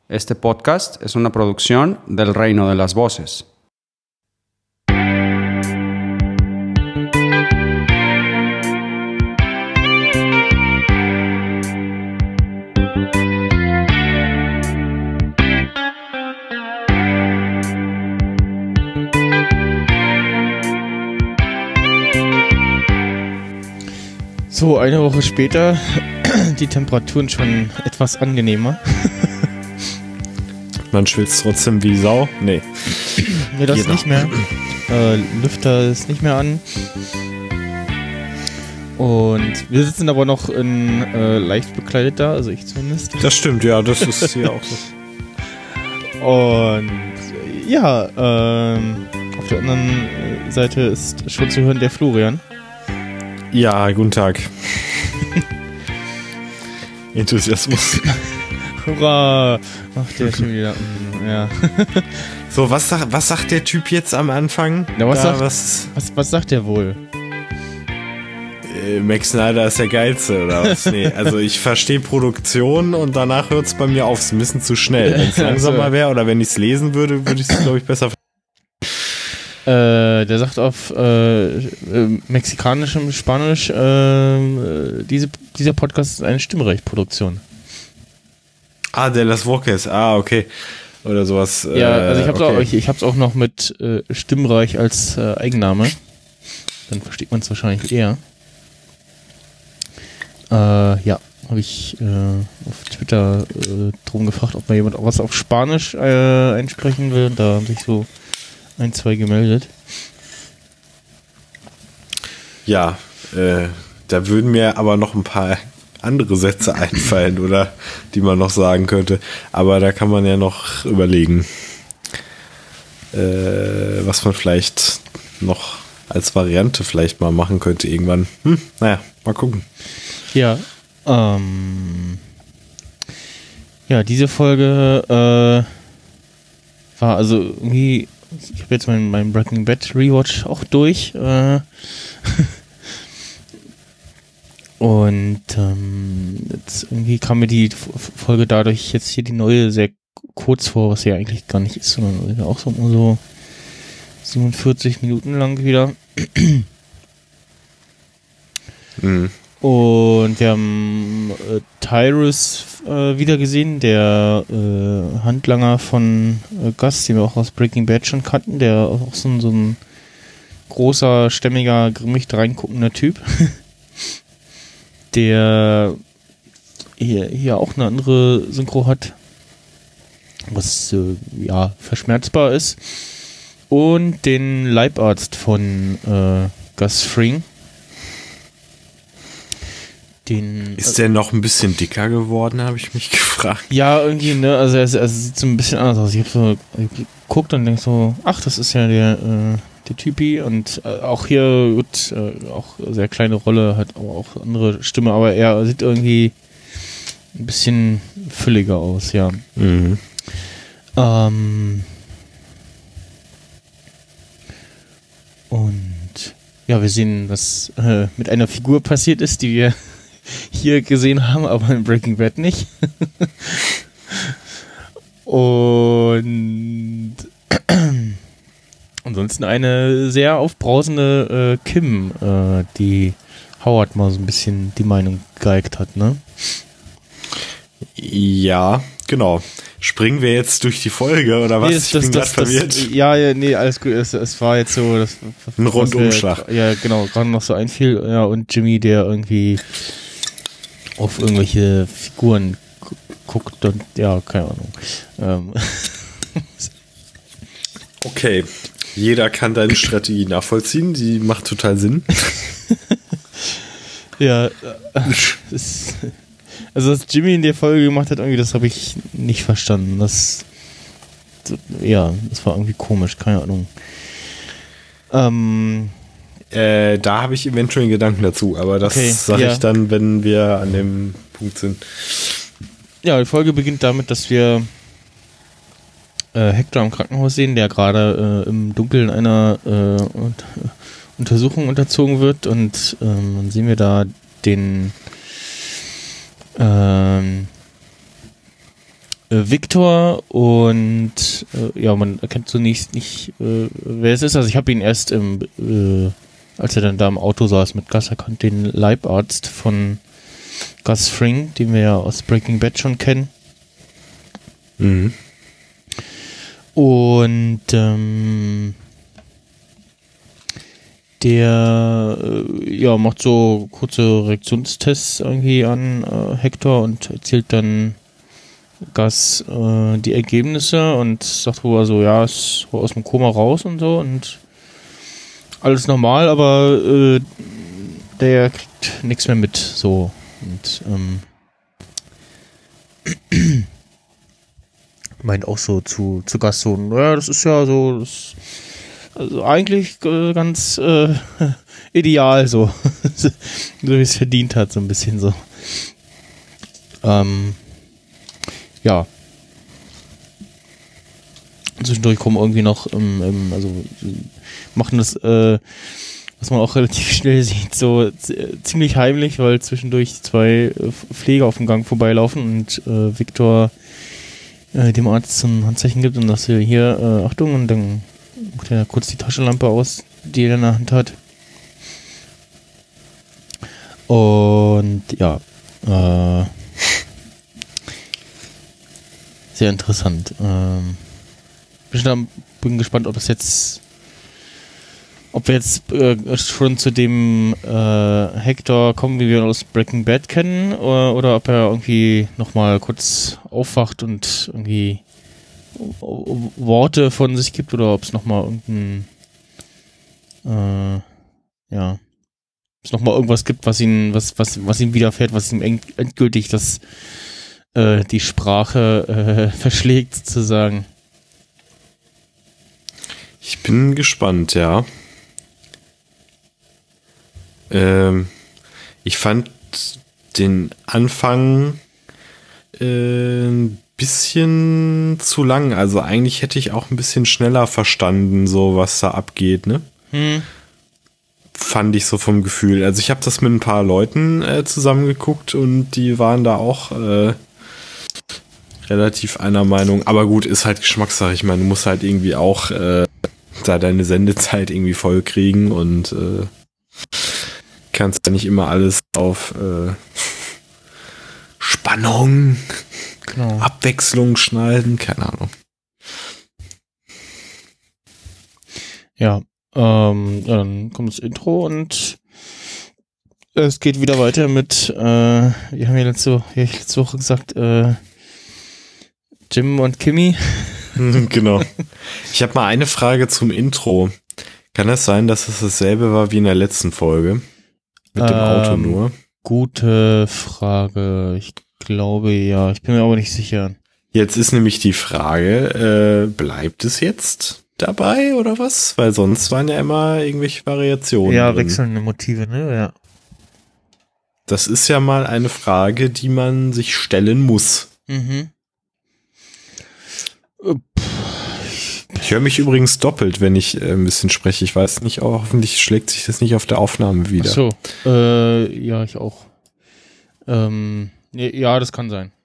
Este podcast es una producción del Reino de las Voces. So, eine Woche später, die Temperaturen schon etwas angenehmer. Man schwitzt trotzdem wie Sau? Nee. Nee, das nicht mehr. Lüfter ist nicht mehr an. Und wir sitzen aber noch in leicht bekleidet da, also ich zumindest. Das stimmt, ja, das ist hier auch so. Und ja, auf der anderen Seite ist schon zu hören der Florian. Ja, guten Tag. Enthusiasmus. Hurra! Ach, der ist schon wieder. Ja. So, was sagt der Typ jetzt am Anfang? Na, was sagt der wohl? Max Snyder ist der Geilste, oder was? Nee, also ich verstehe Produktion und danach hört es bei mir auf. Es ist ein bisschen zu schnell. Wenn es langsamer wäre oder wenn ich es lesen würde, würde ich es, glaube ich, besser verstehen. Der sagt auf mexikanischem Spanisch, dieser Podcast ist eine Stimmrechtproduktion. Ah, de las Voces, okay. Oder sowas. Ja, also ich hab's auch noch mit Stimmreich als Eigenname. Dann versteht man es wahrscheinlich eher. Ja, habe ich auf Twitter drum gefragt, ob mal jemand auch was auf Spanisch einsprechen will. Da haben sich so 1, 2 gemeldet. Ja, da würden mir aber noch ein paar andere Sätze einfallen, oder die man noch sagen könnte. Aber da kann man ja noch überlegen, was man vielleicht noch als Variante vielleicht mal machen könnte irgendwann. Naja, mal gucken. Ja, ja, diese Folge war also irgendwie. Ich habe jetzt meinen Breaking Bad Rewatch auch durch. Und jetzt irgendwie kam mir die Folge dadurch jetzt hier die neue sehr kurz vor, was ja eigentlich gar nicht ist, sondern auch so 47 Minuten lang wieder. Mhm. Und wir haben Tyrus wieder gesehen, der Handlanger von Gus, den wir auch aus Breaking Bad schon kannten, der auch so ein großer, stämmiger, grimmig reinguckender Typ, der hier auch eine andere Synchro hat, was ja verschmerzbar ist, und den Leibarzt von Gus Fring. Ist der noch ein bisschen dicker geworden, habe ich mich gefragt. Ja, irgendwie, ne, also er sieht so ein bisschen anders aus. Ich habe so geguckt und denke so, ach, das ist ja der Typi, und auch hier gut, auch sehr kleine Rolle, hat aber auch andere Stimme, aber er sieht irgendwie ein bisschen fülliger aus, ja. Mhm. Und ja, wir sehen, was mit einer Figur passiert ist, die wir hier gesehen haben, aber in Breaking Bad nicht. Und ansonsten eine sehr aufbrausende Kim, die Howard mal so ein bisschen die Meinung gegeigt hat, ne? Ja, genau. Springen wir jetzt durch die Folge, oder was? Nee, ich bin gerade verwirrt. Ja, nee, alles gut. Es war jetzt so ein Rundumschlag. Ja, genau, gerade noch so einfiel. Ja, und Jimmy, der irgendwie auf irgendwelche Figuren guckt und ja, keine Ahnung. Okay, jeder kann deine Strategie nachvollziehen, die macht total Sinn. Ja, also was Jimmy in der Folge gemacht hat, irgendwie, das habe ich nicht verstanden. Das war irgendwie komisch, keine Ahnung. Da habe ich eventuell einen Gedanken dazu, aber das sage ich dann, wenn wir an dem Punkt sind. Ja, die Folge beginnt damit, dass wir Hector im Krankenhaus sehen, der gerade im Dunkeln einer Untersuchung unterzogen wird, und dann sehen wir da den Victor und ja, man erkennt zunächst nicht, wer es ist. Also ich habe ihn erst als er dann da im Auto saß mit Gus, erkannt, den Leibarzt von Gus Fring, den wir ja aus Breaking Bad schon kennen. Mhm. Und der ja, macht so kurze Reaktionstests irgendwie an Hector und erzählt dann Gus die Ergebnisse und sagt wohl so, ja, ist aus dem Koma raus und so und alles normal, aber der kriegt nichts mehr mit, so. Und meint auch so zu Gus so, ja, das ist ja so, also eigentlich ganz ideal so. So wie es verdient hat, so ein bisschen so. Ja. Zwischendurch kommen irgendwie noch, also machen das, was man auch relativ schnell sieht, so ziemlich heimlich, weil zwischendurch zwei Pfleger auf dem Gang vorbeilaufen und Victor dem Arzt so ein Handzeichen gibt und sagt hier, Achtung, und dann macht er kurz die Taschenlampe aus, die er in der Hand hat. Und ja, sehr interessant. Bin gespannt, ob wir jetzt schon zu dem Hector kommen, wie wir ihn aus Breaking Bad kennen, oder ob er irgendwie nochmal kurz aufwacht und irgendwie Worte von sich gibt, oder ob es nochmal irgendein ja, ob es nochmal irgendwas gibt, was ihm widerfährt, was ihm endgültig die Sprache verschlägt, sozusagen. Ich bin gespannt, ja. Ich fand den Anfang ein bisschen zu lang. Also eigentlich hätte ich auch ein bisschen schneller verstanden, so was da abgeht, ne? Fand ich so vom Gefühl. Also ich habe das mit ein paar Leuten zusammengeguckt und die waren da auch relativ einer Meinung. Aber gut, ist halt Geschmackssache. Ich meine, du musst halt irgendwie auch da deine Sendezeit irgendwie voll kriegen und kannst ja nicht immer alles auf Spannung, Genau. Abwechslung schneiden, keine Ahnung. Ja, dann kommt das Intro und es geht wieder weiter mit, wir haben ja letzte Woche gesagt, Jim und Kimmy. Genau. Ich habe mal eine Frage zum Intro. Kann es sein, dass es dasselbe war wie in der letzten Folge? Mit dem Auto nur? Gute Frage. Ich glaube ja. Ich bin mir aber nicht sicher. Jetzt ist nämlich die Frage, bleibt es jetzt dabei oder was? Weil sonst waren ja immer irgendwelche Variationen. Ja, drin. wechselnde Motive, ne? Ja. Das ist ja mal eine Frage, die man sich stellen muss. Mhm. Ich höre mich übrigens doppelt, wenn ich ein bisschen spreche. Ich weiß nicht, hoffentlich schlägt sich das nicht auf der Aufnahme wieder. Ach so. Ja, ich auch. Ja, das kann sein.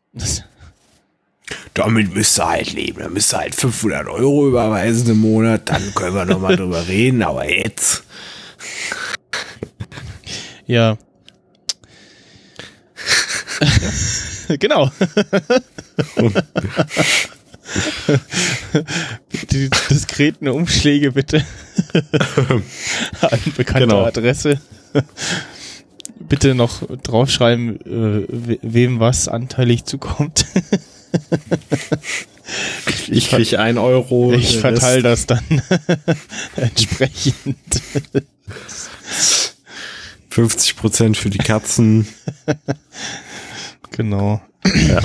Damit müsst ihr halt leben. Da müsst ihr halt 500 € überweisen im Monat. Dann können wir nochmal drüber reden. Aber jetzt. Ja. Genau. Die diskreten Umschläge bitte an bekannter Adresse. Bitte noch draufschreiben, wem was anteilig zukommt. Ich kriege 1 €. Ich verteile das dann entsprechend. 50% für die Katzen. Genau. Ja.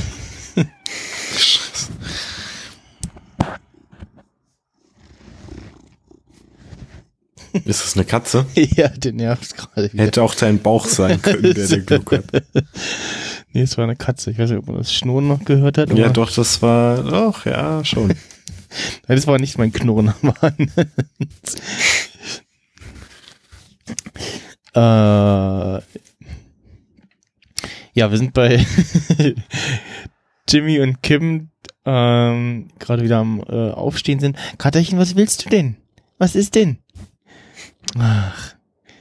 Ist das eine Katze? Ja, der nervt gerade wieder. Hätte auch dein Bauch sein können, der Glück hat. Nee, es war eine Katze. Ich weiß nicht, ob man das Schnurren noch gehört hat. Ja, doch, das war, doch, ja, schon. Nein, das war nicht mein Knurren, Mann. Ja, wir sind bei Jimmy und Kim gerade wieder am Aufstehen sind. Katerchen, was willst du denn? Was ist denn? Ach.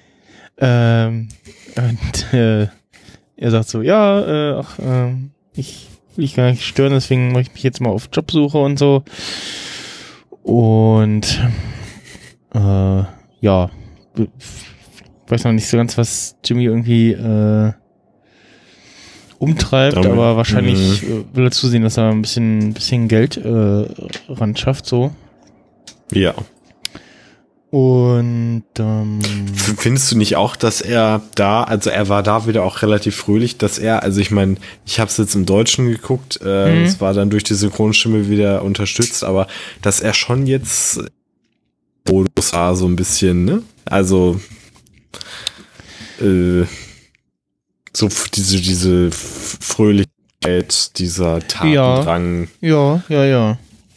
Und er sagt so, ja, ich will dich gar nicht stören, deswegen mache ich mich jetzt mal auf Jobsuche und so. Und ja, weiß noch nicht so ganz, was Jimmy irgendwie umtreibt, aber wahrscheinlich will er zusehen, dass er ein bisschen Geld ran schafft, so. Ja. Und findest du nicht auch, dass er war da wieder auch relativ fröhlich, dass er, also ich meine, ich habe es jetzt im Deutschen geguckt, es war dann durch die Synchronstimme wieder unterstützt, aber dass er schon jetzt Modus war so ein bisschen, ne? Also so diese Fröhlichkeit, dieser Tatendrang. Ja.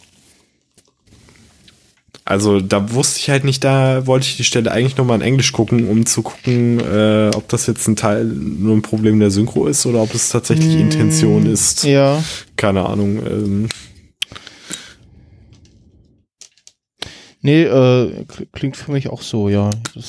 Also da wusste ich halt nicht, da wollte ich die Stelle eigentlich nochmal in Englisch gucken, um zu gucken, ob das jetzt nur ein Problem der Synchro ist oder ob es tatsächlich Intention ist. Ja. Keine Ahnung. Nee, klingt für mich auch so, ja.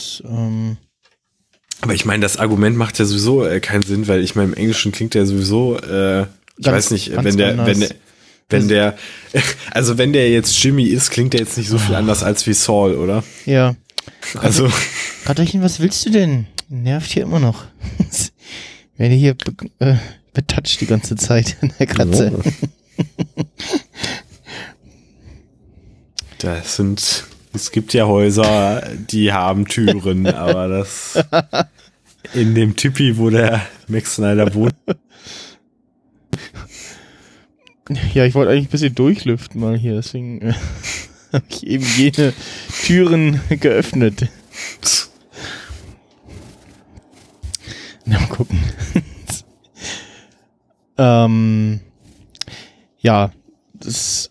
Aber ich meine, das Argument macht ja sowieso keinen Sinn, weil ich meine, im Englischen klingt der sowieso, ich weiß nicht, wenn der jetzt Jimmy ist, klingt der jetzt nicht so viel anders als wie Saul, oder? Ja. Also. Katerchen, was willst du denn? Nervt hier immer noch. Werde hier betatscht die ganze Zeit in der Katze. Oh. Es gibt ja Häuser, die haben Türen, aber das in dem Tipi, wo der Max Snyder wohnt. Ja, ich wollte eigentlich ein bisschen durchlüften mal hier, deswegen habe ich eben jene Türen geöffnet. Na, mal gucken. Ja, das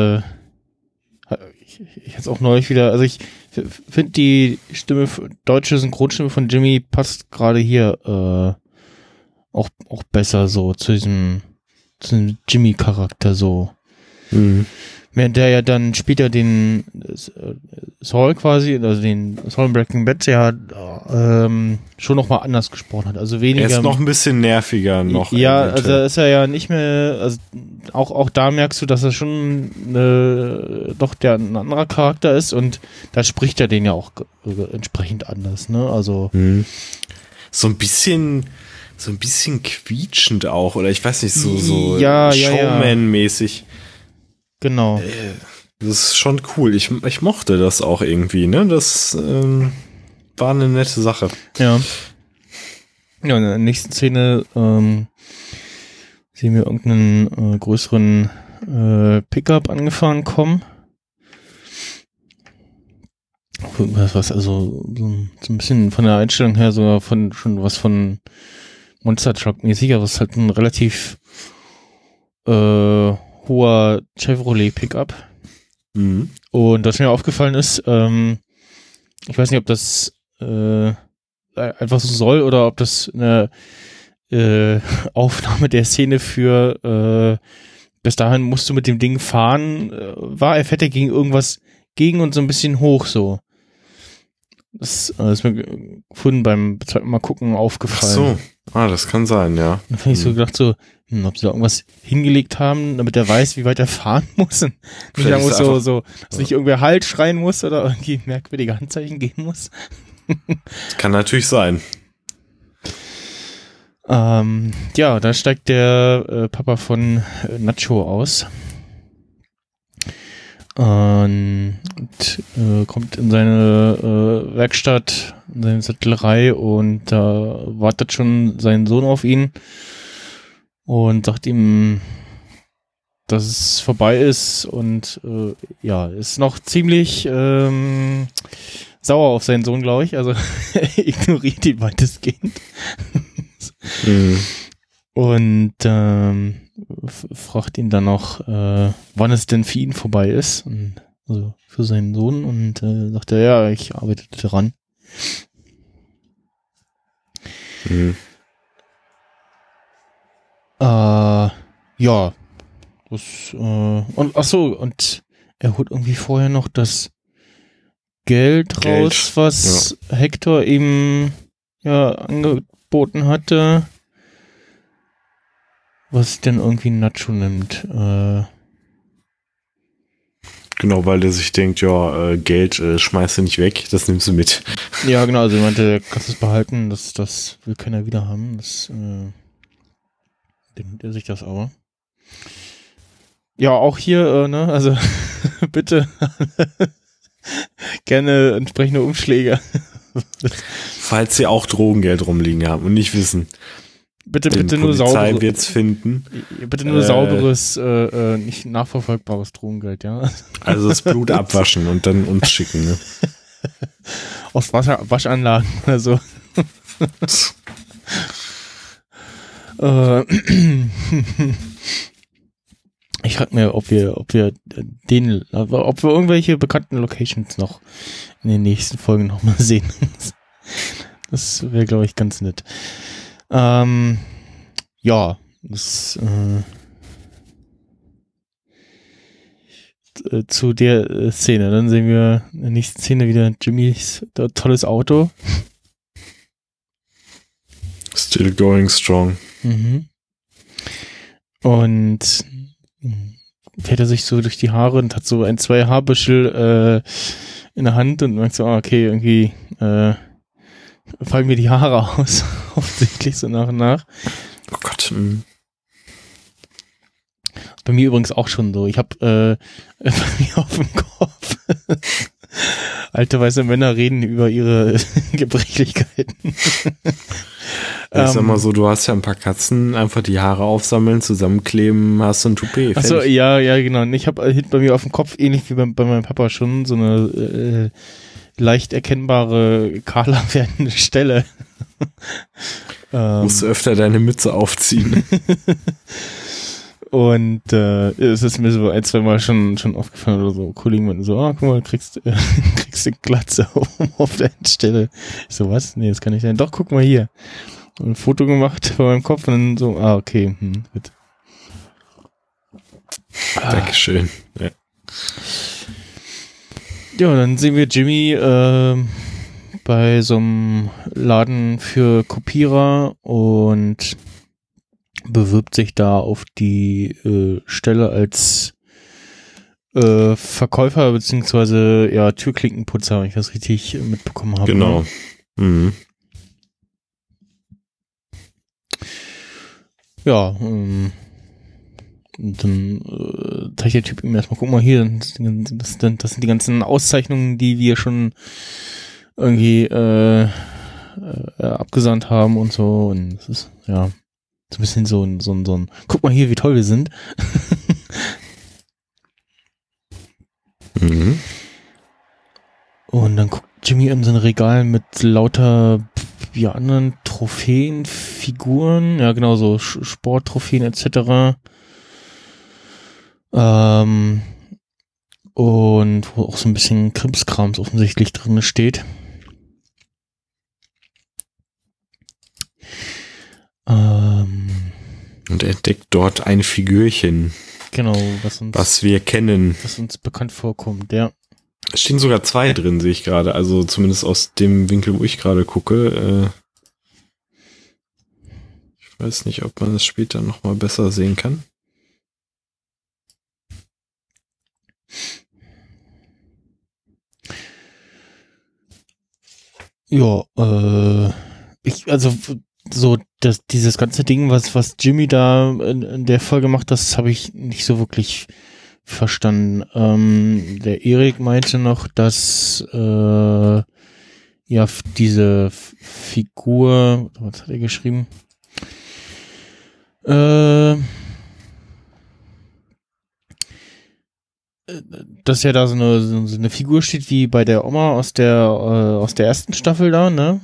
ich jetzt auch neulich wieder, also ich finde die deutsche Synchronstimme von Jimmy passt gerade hier auch besser so zu diesem Jimmy-Charakter so. Mhm. Während der ja dann später den Saul quasi, also den Saul in Breaking Bad ja schon nochmal anders gesprochen hat. Also weniger. Er ist noch ein bisschen nerviger noch. Ja, also ist er ja nicht mehr, also auch da merkst du, dass er schon doch ein anderer Charakter ist und da spricht er den ja auch entsprechend anders, ne? Also so ein bisschen quietschend auch, oder ich weiß nicht, so ja, Showman-mäßig. Genau. Das ist schon cool. Ich mochte das auch irgendwie, ne? Das war eine nette Sache. Ja. Ja, in der nächsten Szene sehen wir irgendeinen größeren Pickup angefahren kommen. Was also so ein bisschen von der Einstellung her sogar schon was von Monster Truck mäßig, aber es ist halt ein relativ hoher Chevrolet Pickup. Mhm. Und was mir aufgefallen ist, ich weiß nicht, ob das einfach so soll oder ob das eine Aufnahme der Szene für bis dahin musst du mit dem Ding fahren, er fährt ja gegen irgendwas gegen und so ein bisschen hoch so. Das ist mir gefunden beim zweiten Mal gucken aufgefallen. Ach so, das kann sein, ja. Dann habe ich so gedacht ob sie da irgendwas hingelegt haben, damit er weiß, wie weit er fahren muss und nicht dass nicht irgendwer Halt schreien muss oder irgendwie merkwürdige Handzeichen geben muss. Das kann natürlich sein. Ja, da steigt der Papa von Nacho aus und kommt in seine Werkstatt, in seine Sattlerei und da wartet schon sein Sohn auf ihn und sagt ihm, dass es vorbei ist und ist noch ziemlich sauer auf seinen Sohn, glaube ich. Also ignoriert ihn weitestgehend. Und fragt ihn dann noch, wann es denn für ihn vorbei ist. Und, also für seinen Sohn. Und sagt er, ja, ich arbeite daran. Ja, Und er holt irgendwie vorher noch das Geld raus, was Hector ihm angeboten hatte, was dann irgendwie Nacho nimmt. Genau, weil der sich denkt, Geld schmeißt du nicht weg, das nimmst du mit. Ja, genau, also er meinte, er kann es behalten, das will keiner wieder haben, dann nimmt er sich das aber. Ja, auch hier, also bitte gerne entsprechende Umschläge. Falls sie auch Drogengeld rumliegen haben und nicht wissen. Bitte nur sauberes. Polizei wird's finden. Bitte nur sauberes, nicht nachverfolgbares Drogengeld, ja. Also das Blut abwaschen und dann uns schicken, ne? Aus Waschanlagen oder so. Ich frage mir, ob wir irgendwelche bekannten Locations noch in den nächsten Folgen nochmal sehen. Das wäre, glaube ich, ganz nett. Zu der Szene. Dann sehen wir in der nächsten Szene wieder Jimmys tolles Auto. Still going strong. Mhm. Und fährt er sich so durch die Haare und hat so 2 Haarbüschel in der Hand und merkt so, okay, irgendwie fallen mir die Haare aus. Offensichtlich so nach und nach. Oh Gott. Bei mir übrigens auch schon so. Ich habe bei mir auf dem Kopf alte weiße Männer reden über ihre Gebrechlichkeiten. Ich sag mal so, du hast ja ein paar Katzen, einfach die Haare aufsammeln, zusammenkleben, hast du ein Toupet. Achso, ja, genau. Und ich habe hinten bei mir auf dem Kopf, ähnlich wie bei meinem Papa schon, so eine leicht erkennbare, kahler werdende Stelle. Musst du öfter deine Mütze aufziehen. Und es ist mir so 1-2 Mal schon aufgefallen oder so. Kollegen meinten so, guck mal, kriegst eine Glatze auf der Stelle. Ich so, was? Nee, das kann nicht sein. Doch, guck mal hier. Ein Foto gemacht von meinem Kopf und dann so, okay, gut. Dankeschön. Ja. Ja, dann sehen wir Jimmy bei so einem Laden für Kopierer und bewirbt sich da auf die Stelle als Verkäufer beziehungsweise Türklinkenputzer, wenn ich das richtig mitbekommen habe. Genau. Mhm. Ja, und dann zeigt der Typ ihm erstmal, guck mal hier, das sind die ganzen Auszeichnungen, die wir schon irgendwie abgesandt haben und so. Und das ist, so ein bisschen so ein guck mal hier, wie toll wir sind. Mhm. Und dann guckt Jimmy in so ein Regal mit lauter anderen Trophäen, Figuren, ja genau, so Sporttrophäen etc. Und wo auch so ein bisschen Krimskrams offensichtlich drin steht. Und er entdeckt dort ein Figürchen. Genau, was wir kennen. Was uns bekannt vorkommt, ja. Es stehen sogar 2 drin, sehe ich gerade. Also zumindest aus dem Winkel, wo ich gerade gucke. Ich weiß nicht, ob man es später nochmal besser sehen kann. Ja, dieses ganze Ding, was Jimmy da in der Folge macht, das habe ich nicht so wirklich verstanden. Der Erik meinte noch, dass diese Figur, was hat er geschrieben? Dass ja da so eine Figur steht wie bei der Oma aus der ersten Staffel da, ne?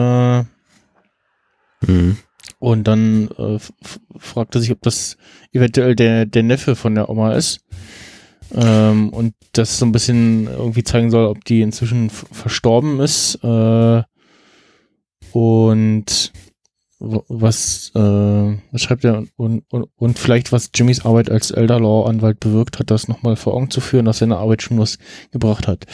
Und dann fragt er sich, ob das eventuell der Neffe von der Oma ist. Und das so ein bisschen irgendwie zeigen soll, ob die inzwischen verstorben ist. Und was schreibt er und vielleicht was Jimmys Arbeit als Elder Law Anwalt bewirkt hat, das nochmal vor Augen zu führen, dass seine Arbeit schon was gebracht hat.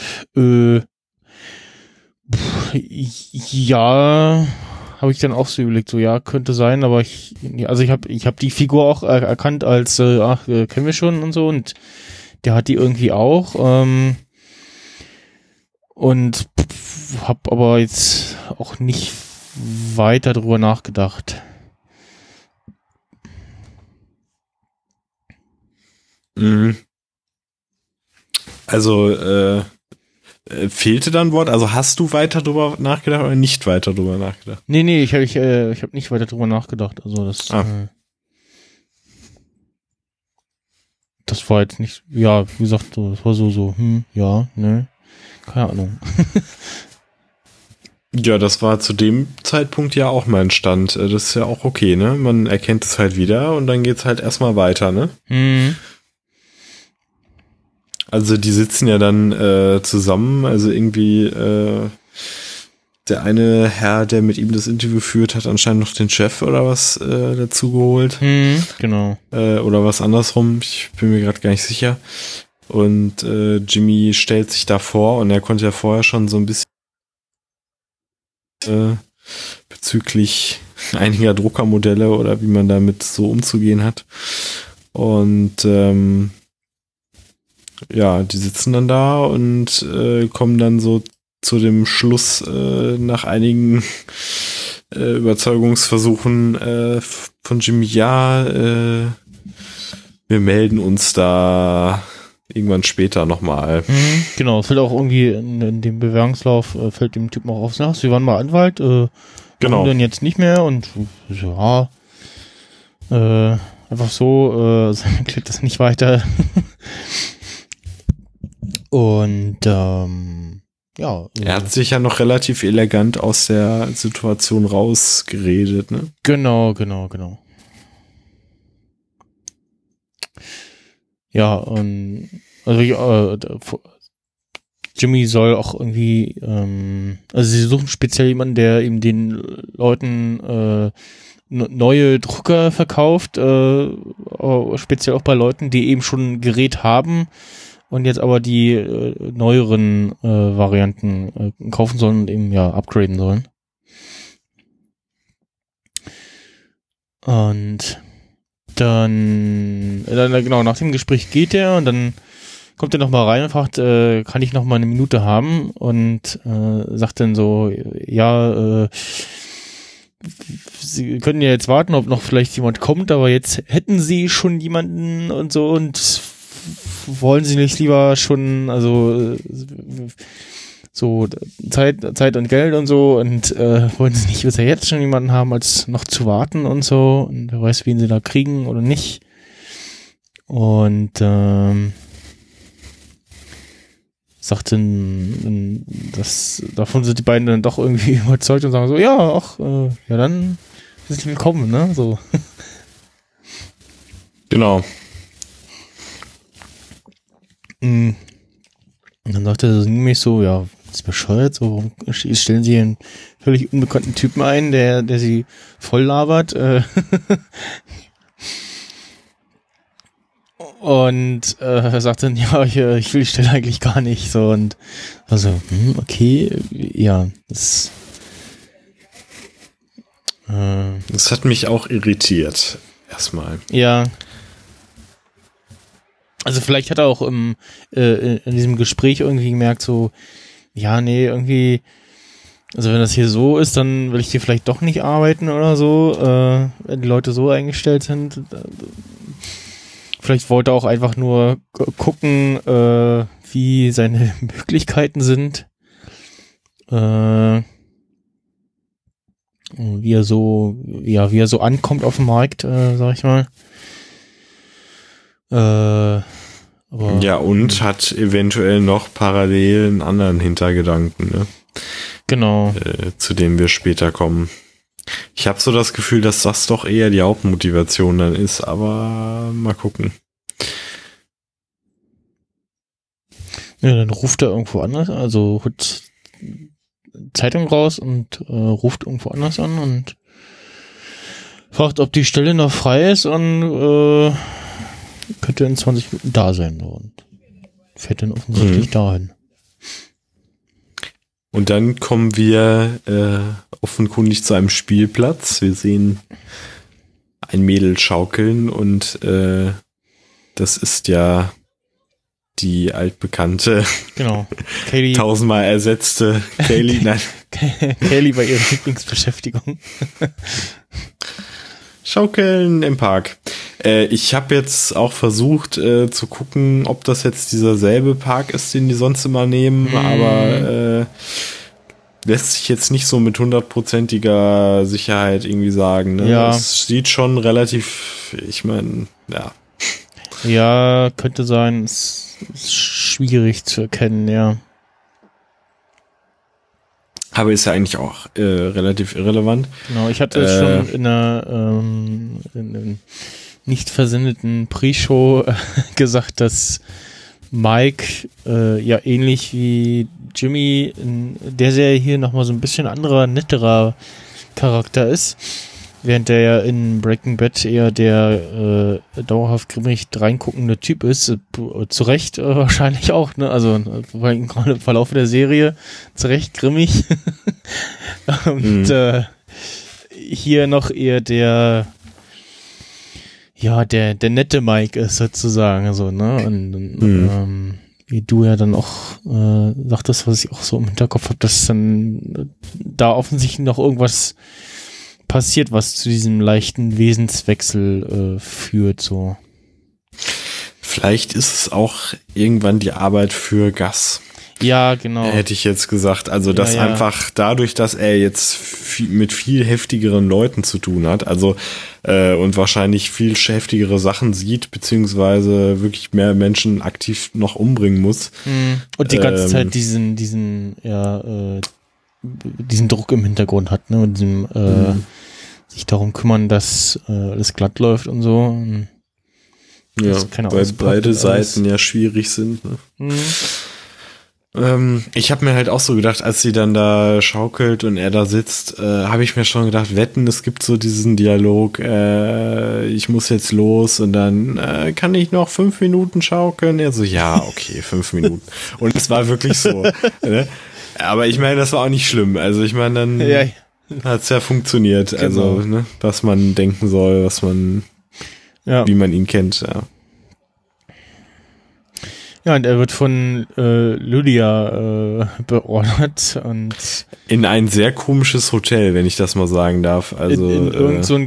Ja, habe ich dann auch so überlegt, so ja, könnte sein, aber ich habe die Figur auch erkannt als kennen wir schon und so, und der hat die irgendwie auch und habe aber jetzt auch nicht weiter drüber nachgedacht. Also fehlte dann ein Wort? Also hast du weiter drüber nachgedacht oder nicht weiter drüber nachgedacht? Nee, ich hab nicht weiter drüber nachgedacht. Also das war jetzt nicht, ja, wie gesagt, das war so, ja, ne, keine Ahnung. Ja, das war zu dem Zeitpunkt ja auch mein Stand. Das ist ja auch okay, ne? Man erkennt es halt wieder und dann geht's halt erstmal weiter, ne? Mhm. Also die sitzen ja dann zusammen, also irgendwie der eine Herr, der mit ihm das Interview führt, hat anscheinend noch den Chef oder was dazu geholt. Genau. Oder was andersrum, ich bin mir gerade gar nicht sicher. Und Jimmy stellt sich da vor und er konnte ja vorher schon so ein bisschen bezüglich einiger Druckermodelle oder wie man damit so umzugehen hat. Und ja, die sitzen dann da und kommen dann so zu dem Schluss nach einigen Überzeugungsversuchen von Jimmy, ja, wir melden uns da irgendwann später nochmal. Genau, es fällt auch irgendwie in dem Bewerbungslauf, fällt dem Typen auch auf, sie waren mal Anwalt, genau. Warum denn jetzt nicht mehr? Und ja, einfach so, klickt das nicht weiter. Und ja. Er hat sich ja noch relativ elegant aus der Situation rausgeredet, ne? Genau. Ja, und also Jimmy soll auch irgendwie, also sie suchen speziell jemanden, der eben den Leuten neue Drucker verkauft, speziell auch bei Leuten, die eben schon ein Gerät haben und jetzt aber die neueren Varianten kaufen sollen und eben ja upgraden sollen. Und dann genau, nach dem Gespräch geht er und dann kommt er nochmal rein und fragt, kann ich noch mal eine Minute haben? Und sagt dann so, ja, Sie können ja jetzt warten, ob noch vielleicht jemand kommt, aber jetzt hätten Sie schon jemanden und so, und wollen Sie nicht lieber schon, also so Zeit und Geld und so, und wollen Sie nicht besser jetzt schon jemanden haben, als noch zu warten und so, und wer weiß, wen Sie da kriegen oder nicht. Und sagten, davon sind die beiden dann doch irgendwie überzeugt und sagen so, ja, auch, ja, dann sind sie willkommen, ne, so. Genau. Und dann sagt er nämlich so, ja, das ist bescheuert, so, warum stellen sie einen völlig unbekannten Typen ein, der sie voll labert, und sagt dann, ja, ich will die Stelle eigentlich gar nicht, so, und also, okay, ja, das hat mich auch irritiert, erstmal. Ja. Also vielleicht hat er auch in diesem Gespräch irgendwie gemerkt, so, ja, nee, irgendwie, also wenn das hier so ist, dann will ich hier vielleicht doch nicht arbeiten oder so, wenn die Leute so eingestellt sind. Vielleicht wollte er auch einfach nur gucken, wie seine Möglichkeiten sind. Wie er so ankommt auf dem Markt, sag ich mal. Aber ja, und hat eventuell noch parallel einen anderen Hintergedanken, ne? Genau. Zu dem wir später kommen. Ich habe so das Gefühl, dass das doch eher die Hauptmotivation dann ist, aber mal gucken. Ja, dann ruft er irgendwo anders, also holt Zeitung raus und ruft irgendwo anders an und Fragt, ob die Stelle noch frei ist und könnte in 20 Minuten da sein. Und fährt dann offensichtlich dahin. Und dann kommen wir offenkundig zu einem Spielplatz. Wir sehen ein Mädel schaukeln und das ist ja die altbekannte, genau, Kaylee, tausendmal ersetzte Kaylee. Nein. Kaylee bei ihrer Lieblingsbeschäftigung. Schaukeln im Park. Ich habe jetzt auch versucht zu gucken, ob das jetzt dieser selbe Park ist, den die sonst immer nehmen, aber lässt sich jetzt nicht so mit 100%iger Sicherheit irgendwie sagen. Ne? Ja. Es sieht schon relativ, ich meine, ja. Ja, könnte sein. Ist schwierig zu erkennen, ja. Aber ist ja eigentlich auch relativ irrelevant. Genau, ich hatte es schon in einer in nicht versendeten Pre-Show gesagt, dass Mike ja ähnlich wie Jimmy in der Serie hier nochmal so ein bisschen anderer, netterer Charakter ist. Während der ja in Breaking Bad eher der dauerhaft grimmig reinguckende Typ ist. Zu Recht wahrscheinlich auch, ne? Also gerade im Verlauf der Serie zu Recht grimmig. Und hier noch eher der nette Mike ist sozusagen so, ne? Und wie du ja dann auch sagtest, was ich auch so im Hinterkopf habe, dass dann da offensichtlich noch irgendwas passiert, was zu diesem leichten Wesenswechsel führt, so. Vielleicht ist es auch irgendwann die Arbeit für Gus. Ja, genau. Hätte ich jetzt gesagt. Also, dass einfach dadurch, dass er jetzt mit viel heftigeren Leuten zu tun hat, also und wahrscheinlich viel heftigere Sachen sieht, beziehungsweise wirklich mehr Menschen aktiv noch umbringen muss. Und die ganze Zeit diesen Druck im Hintergrund hat, ne? Und diesem sich darum kümmern, dass alles glatt läuft und so. Und ja, weil beide Seiten ja schwierig sind. Ne? Ich habe mir halt auch so gedacht, als sie dann da schaukelt und er da sitzt, habe ich mir schon gedacht, wetten, es gibt so diesen Dialog, ich muss jetzt los und dann kann ich noch 5 Minuten schaukeln? Er so, ja, okay, 5 Minuten. Und es war wirklich so. Ne? Aber ich meine, das war auch nicht schlimm. Also ich meine, dann hat's ja funktioniert. Genau. Also, ne, was man denken soll, was man, wie man ihn kennt, ja. Ja, und er wird von Lydia beordert und in ein sehr komisches Hotel, wenn ich das mal sagen darf. Also in irgend so ein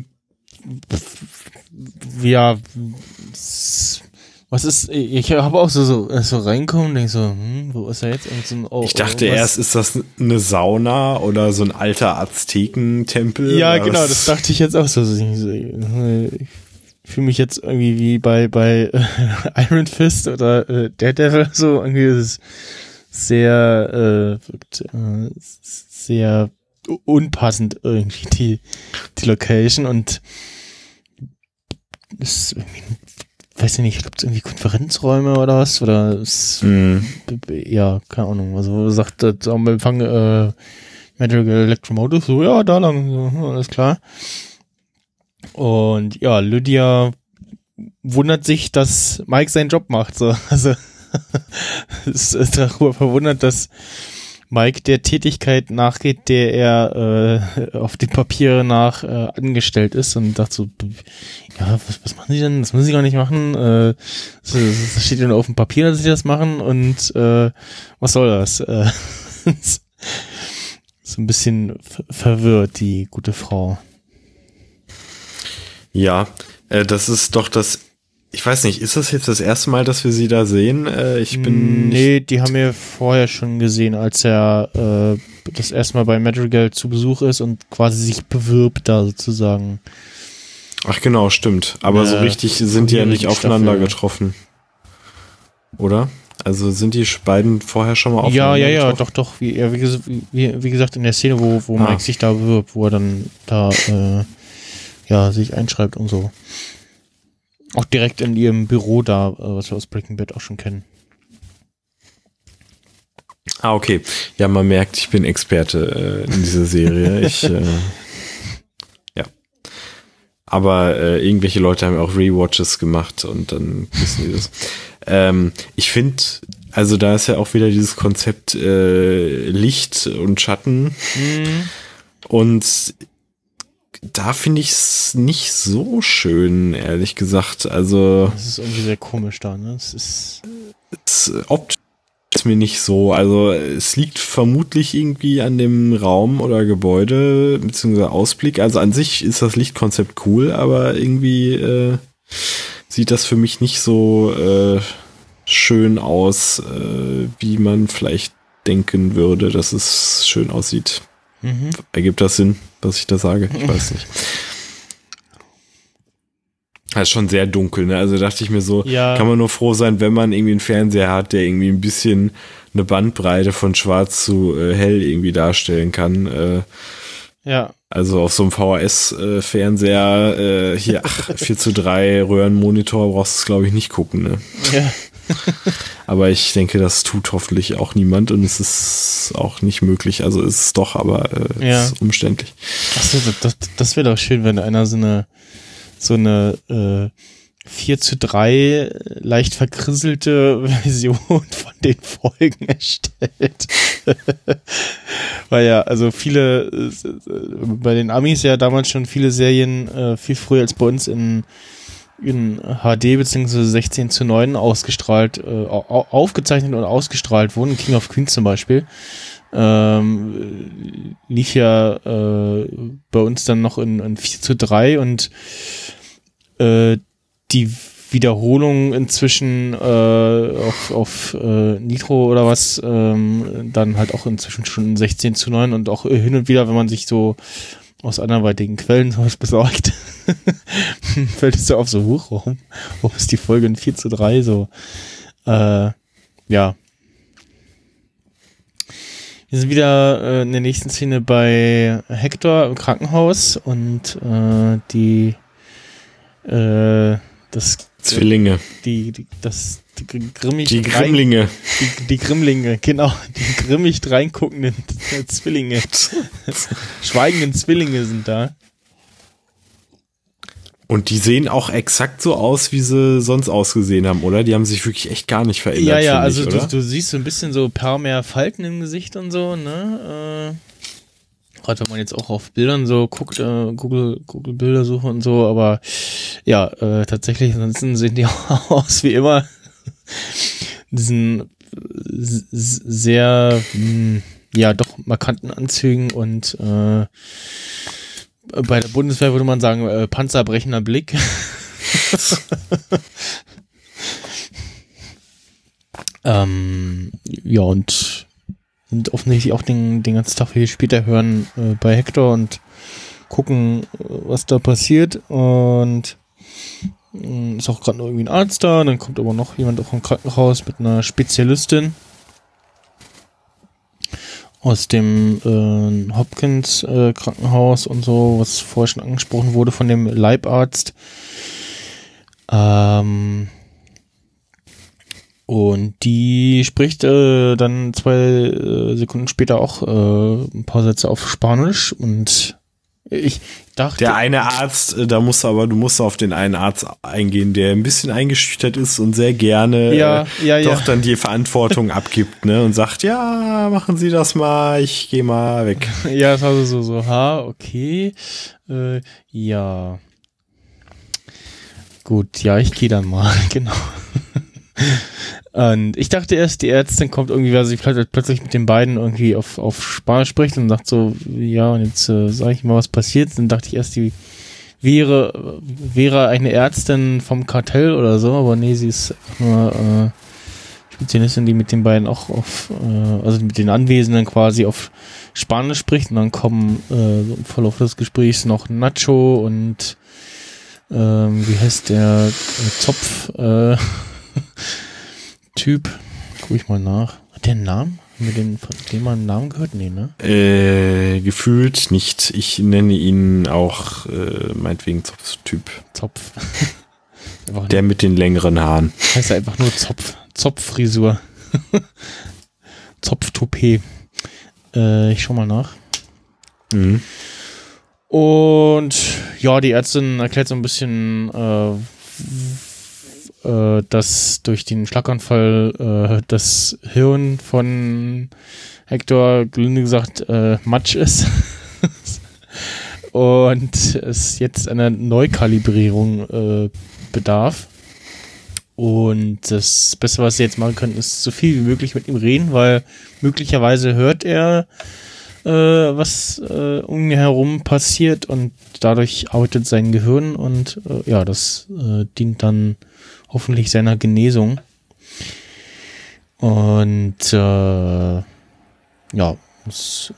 was ist, ich habe auch so reinkommen und denke so, wo ist er jetzt? Ich dachte erst, ist das eine Sauna oder so ein alter Aztekentempel? Ja, genau, das dachte ich jetzt auch so. Ich fühle mich jetzt irgendwie wie bei Iron Fist oder Daredevil, so irgendwie ist es sehr unpassend irgendwie die Location und ist irgendwie, weiß ich nicht, ich glaube, es irgendwie Konferenzräume oder was oder ja, keine Ahnung, also sagt am Empfang Medical Electromotive, so ja, da lang, so, alles klar. Und ja, Lydia wundert sich, dass Mike seinen Job macht. So. Also ist darüber verwundert, dass Mike der Tätigkeit nachgeht, der er auf den Papieren nach angestellt ist und dachte so, ja, was machen Sie denn? Das müssen Sie gar nicht machen. Das steht ja nur auf dem Papier, dass Sie das machen und was soll das? So ein bisschen verwirrt, die gute Frau. Ja, das ist doch das, ich weiß nicht, ist das jetzt das erste Mal, dass wir sie da sehen? Nee, die haben wir vorher schon gesehen, als er das erste Mal bei Madrigal zu Besuch ist und quasi sich bewirbt da sozusagen. Ach genau, stimmt. Aber so richtig sind die ja nicht aufeinander getroffen. Oder? Also sind die beiden vorher schon mal aufeinander getroffen? Doch. Wie gesagt, in der Szene, wo Mike sich da bewirbt, wo er dann da sich einschreibt und so. Auch direkt in ihrem Büro da, was wir aus Breaking Bad auch schon kennen. Ah, okay. Ja, man merkt, ich bin Experte in dieser Serie. Aber irgendwelche Leute haben auch Rewatches gemacht und dann wissen die das. Ich finde, also da ist ja auch wieder dieses Konzept Licht und Schatten. Und da finde ich es nicht so schön, ehrlich gesagt. Also Das ist irgendwie sehr komisch da, ne? Es optisch ist mir nicht so. Also es liegt vermutlich irgendwie an dem Raum oder Gebäude beziehungsweise Ausblick. Also an sich ist das Lichtkonzept cool, aber irgendwie sieht das für mich nicht so schön aus, wie man vielleicht denken würde, dass es schön aussieht. Ergibt das Sinn, was ich da sage? Ich weiß nicht. Das ist schon sehr dunkel, ne? Also dachte ich mir so, kann man nur froh sein, wenn man irgendwie einen Fernseher hat, der irgendwie ein bisschen eine Bandbreite von schwarz zu hell irgendwie darstellen kann. Also auf so einem VHS-Fernseher hier 4:3 Röhrenmonitor brauchst du es, glaube ich, nicht gucken, ne? Ja. Aber ich denke, das tut hoffentlich auch niemand und es ist auch nicht möglich. Also ist es doch, aber es ist umständlich. Achso, das wäre doch schön, wenn einer so eine 4:3 leicht verkrisselte Version von den Folgen erstellt. Weil ja, also viele, bei den Amis ja damals schon viele Serien viel früher als bei uns in HD bzw. 16:9 ausgestrahlt, aufgezeichnet und ausgestrahlt wurden. King of Queens zum Beispiel. Lief ja bei uns dann noch in 4:3 und die Wiederholung inzwischen auf Nitro oder was, dann halt auch inzwischen schon in 16:9 und auch hin und wieder, wenn man sich so aus anderweitigen Quellen sowas besorgt, fällt es so auf so hoch, warum ist die Folge in 4:3 so, ja. Wir sind wieder in der nächsten Szene bei Hector im Krankenhaus und das Zwillinge. Die Grimmlinge. Die Grimmlinge, genau. Die grimmig reinguckenden Zwillinge. Schweigenden Zwillinge sind da. Und die sehen auch exakt so aus, wie sie sonst ausgesehen haben, oder? Die haben sich wirklich echt gar nicht verändert. Ja, also du siehst so ein bisschen so paar mehr Falten im Gesicht und so, ne? Gerade wenn man jetzt auch auf Bildern so guckt, Google Bildersuche und so, aber ja, tatsächlich, ansonsten sehen die auch aus wie immer. Diesen sehr, ja, doch markanten Anzügen und bei der Bundeswehr würde man sagen, panzerbrechender Blick. Ja, und offensichtlich auch den ganzen Tag hier später hören bei Hector und gucken, was da passiert. Und ist auch gerade noch irgendwie ein Arzt da. Dann kommt aber noch jemand auch vom Krankenhaus mit einer Spezialistin aus dem Hopkins Krankenhaus und so, was vorher schon angesprochen wurde von dem Leibarzt. Und die spricht dann 2 Sekunden später auch ein paar Sätze auf Spanisch und ich dachte... Der eine Arzt, du musst auf den einen Arzt eingehen, der ein bisschen eingeschüchtert ist und sehr gerne doch dann die Verantwortung abgibt, ne, und sagt, ja, machen Sie das mal, ich gehe mal weg. Ja, das war so, okay, ja. Gut, ja, ich gehe dann mal, genau. Und ich dachte erst, die Ärztin kommt irgendwie, weil sie plötzlich mit den beiden irgendwie auf Spanisch spricht und sagt so, ja, und jetzt sage ich mal, was passiert. Dann dachte ich erst, die wäre eine Ärztin vom Kartell oder so, aber nee, sie ist nur Spezialistin, die mit den beiden auch also mit den Anwesenden quasi auf Spanisch spricht. Und dann kommen so im Verlauf des Gesprächs noch Nacho und wie heißt der Zopf Typ, guck ich mal nach. Hat der einen Namen? Haben wir von dem mal einen Namen gehört? Nee, ne? Gefühlt nicht. Ich nenne ihn auch meinetwegen Zopf-Typ. Zopf. Der mit den längeren Haaren. Heißt einfach nur Zopf. Zopffrisur. Zopftoupet. Ich schau mal nach. Und ja, die Ärztin erklärt so ein bisschen, dass durch den Schlaganfall das Hirn von Hector, gelinde gesagt, Matsch ist. Und es jetzt einer Neukalibrierung bedarf. Und das Beste, was sie jetzt machen können, ist so viel wie möglich mit ihm reden, weil möglicherweise hört er, was um ihn herum passiert, und dadurch arbeitet sein Gehirn, und ja, das dient dann hoffentlich seiner Genesung. Und ja, das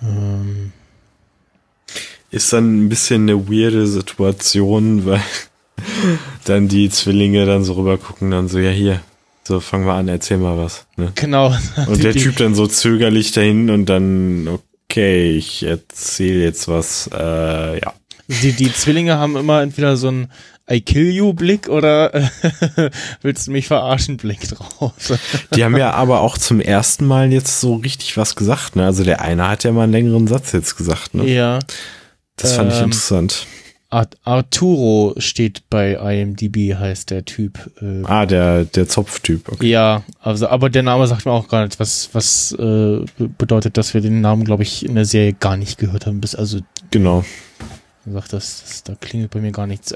ist dann ein bisschen eine weirde Situation, weil dann die Zwillinge dann so rüber gucken, dann so, ja hier, so fangen wir an, erzähl mal was. Ne? Genau. Und der Typ dann so zögerlich dahin und dann, okay, ich erzähle jetzt was, ja. Die Zwillinge haben immer entweder so einen I kill you Blick oder willst du mich verarschen Blick drauf. Die haben ja aber auch zum ersten Mal jetzt so richtig was gesagt, ne? Also der eine hat ja mal einen längeren Satz jetzt gesagt, ne? Ja. Das fand ich interessant. Arturo steht bei IMDb, heißt der Typ. Der Zopftyp. Okay. Ja, also, aber der Name sagt mir auch gar nicht, was bedeutet, dass wir den Namen, glaube ich, in der Serie gar nicht gehört haben. Also genau. Sagt da klingelt bei mir gar nichts.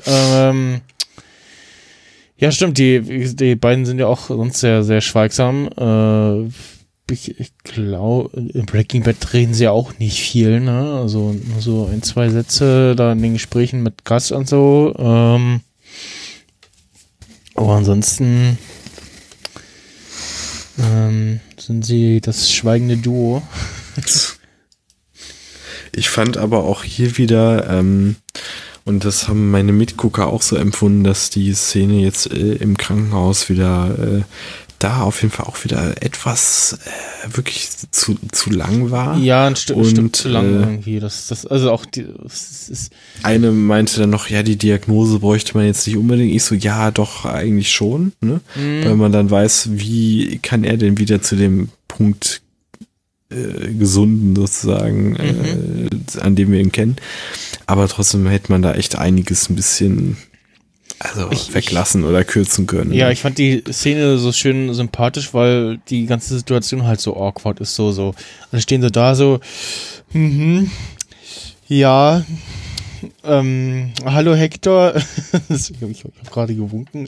Ja, stimmt, die beiden sind ja auch sonst sehr, sehr schweigsam. Ich glaube, in Breaking Bad reden sie ja auch nicht viel, ne? Also nur so 1, 2 Sätze da in den Gesprächen mit Gus und so. Aber ansonsten sind sie das schweigende Duo. Ich fand aber auch hier wieder, und das haben meine Mitgucker auch so empfunden, dass die Szene jetzt im Krankenhaus wieder da auf jeden Fall auch wieder etwas wirklich zu lang war. Ja, ein Stück zu lang irgendwie. Also auch das ist eine meinte dann noch, ja, die Diagnose bräuchte man jetzt nicht unbedingt. Ich so, ja, doch, eigentlich schon, ne? Weil man dann weiß, wie kann er denn wieder zu dem Punkt gesunden sozusagen, an dem wir ihn kennen. Aber trotzdem hätte man da echt einiges ein bisschen weglassen oder kürzen können. Ja, ich fand die Szene so schön sympathisch, weil die ganze Situation halt so awkward ist, so. Dann stehen sie da so, ja, hallo Hector. Ich hab gerade gewunken.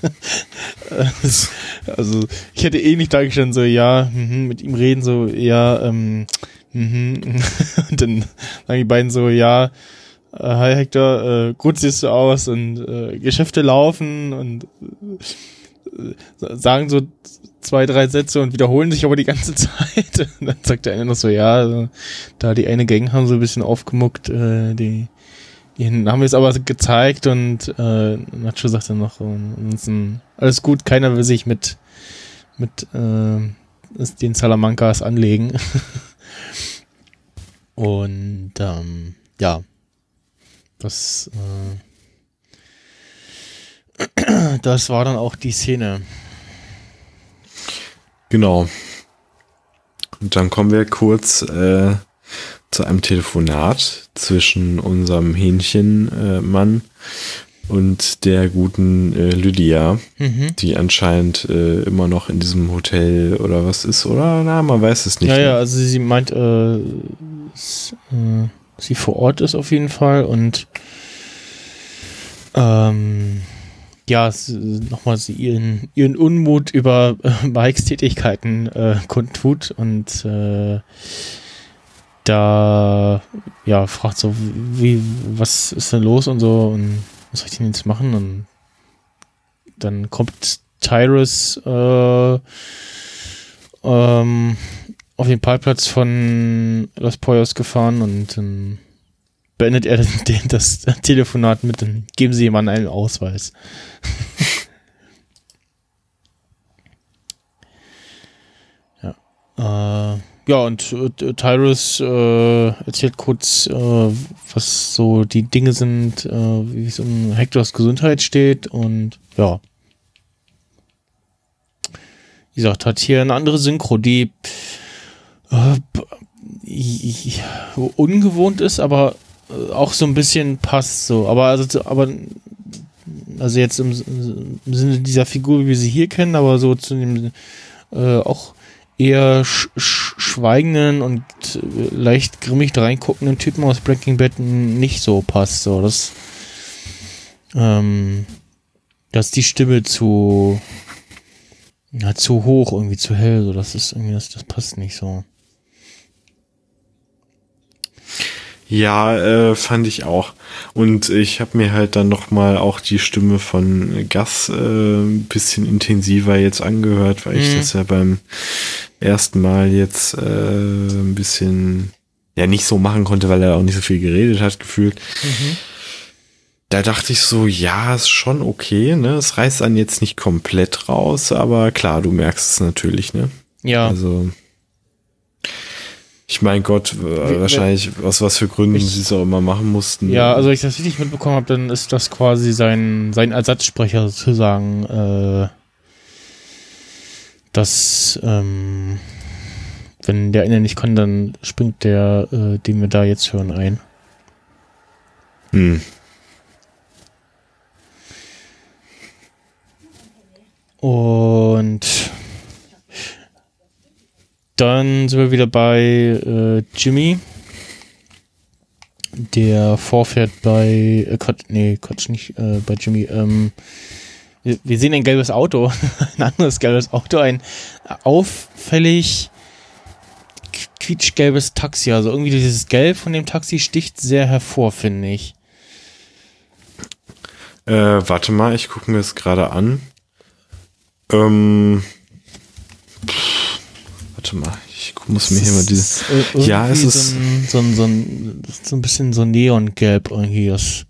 Also, ich hätte ähnlich dargestellt, so, ja, mit ihm reden, so, ja, und dann sagen die beiden so, ja, hi Hector, gut siehst du aus, und Geschäfte laufen, und sagen so 2, 3 Sätze und wiederholen sich aber die ganze Zeit. Und dann sagt der eine noch so, ja, da die eine Gang haben so ein bisschen aufgemuckt, die haben wir es aber gezeigt, und Nacho sagt dann noch, alles gut, keiner will sich mit den Salamancas anlegen. Und ja, das war dann auch die Szene. Genau. Und dann kommen wir kurz zu einem Telefonat zwischen unserem Hähnchenmann und der guten Lydia, die anscheinend immer noch in diesem Hotel oder was ist, oder? Na, man weiß es nicht. Ja, also sie meint, sie vor Ort ist auf jeden Fall, und ja, nochmal sie ihren Unmut über Mikes Tätigkeiten kundtut, und da ja fragt so, was ist denn los und so, und was soll ich denn jetzt machen? Und dann kommt Tyrus auf den Parkplatz von Los Pollos gefahren, und dann beendet er das Telefonat mit, dann geben sie jemandem einen Ausweis. Ja, und Tyrus erzählt kurz, was so die Dinge sind, wie es um Hectors Gesundheit steht, und ja. Wie gesagt, hat hier eine andere Synchro, die ungewohnt ist, aber auch so ein bisschen passt so. Aber jetzt im Sinne dieser Figur, wie wir sie hier kennen, aber so zu dem auch eher schweigenden und leicht grimmig reinguckenden Typen aus Breaking Bad nicht so passt. So, dass die Stimme zu hoch, irgendwie zu hell, so, das ist irgendwie, das passt nicht so. Ja, fand ich auch. Und ich habe mir halt dann nochmal auch die Stimme von Gus ein bisschen intensiver jetzt angehört, weil ich das ja beim ersten Mal jetzt ein bisschen ja nicht so machen konnte, weil er auch nicht so viel geredet hat, gefühlt. Da dachte ich so, ja, ist schon okay, ne? Es reißt einen jetzt nicht komplett raus, aber klar, du merkst es natürlich, ne? Ja. Also ich mein Gott, wahrscheinlich aus was für Gründen sie es auch immer machen mussten. Ja, also wenn ich das richtig mitbekommen habe, dann ist das quasi sein Ersatzsprecher sozusagen, dass wenn der eine nicht kann, dann springt der, den wir da jetzt hören, ein. Und dann sind wir wieder bei Jimmy, der vorfährt bei bei Jimmy. Wir sehen ein gelbes Auto, ein anderes gelbes Auto, ein auffällig quietschgelbes Taxi. Also irgendwie dieses Gelb von dem Taxi sticht sehr hervor, finde ich. Warte mal, ich gucke mir das gerade an. Warte mal, ich muss mir hier mal diese. Ja, es ist so ein bisschen so Neongelb irgendwie. Das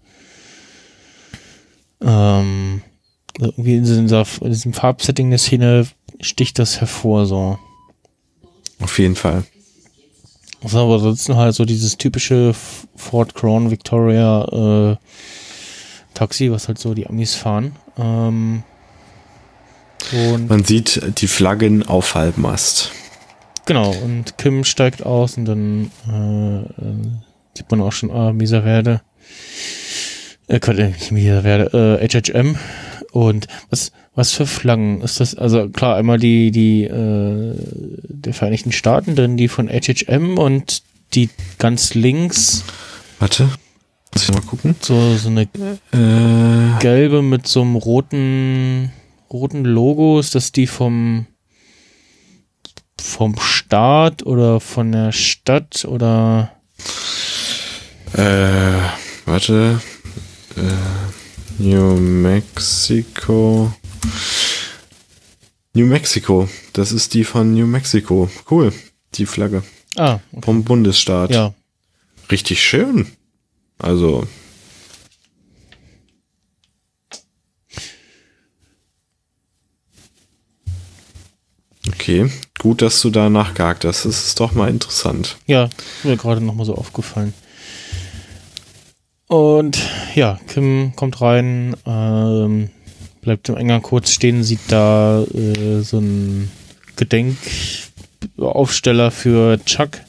irgendwie in diesem Farbsetting der Szene sticht das hervor so. Auf jeden Fall. Also, aber ansonsten halt so dieses typische Ford Crown Victoria Taxi, was halt so die Amis fahren. Und man sieht die Flaggen auf Halbmast. Genau, und Kim steigt aus und dann sieht man auch schon Miserverde. Nicht Miserverde, HHM. Und was für Flaggen ist das? Also klar, einmal die der Vereinigten Staaten, dann die von HHM und die ganz links. Warte, muss ich mal gucken. So eine gelbe mit so einem roten Logo. Ist das die vom Staat oder von der Stadt oder? Warte. New Mexico. New Mexico. Das ist die von New Mexico. Cool. Die Flagge. Okay. Vom Bundesstaat. Ja. Richtig schön. Also. Okay. Gut, dass du da nachgehakt hast. Das ist doch mal interessant. Ja, ist mir gerade nochmal so aufgefallen. Und ja, Kim kommt rein, bleibt im Eingang kurz stehen, sieht da so ein Gedenkaufsteller für Chuck.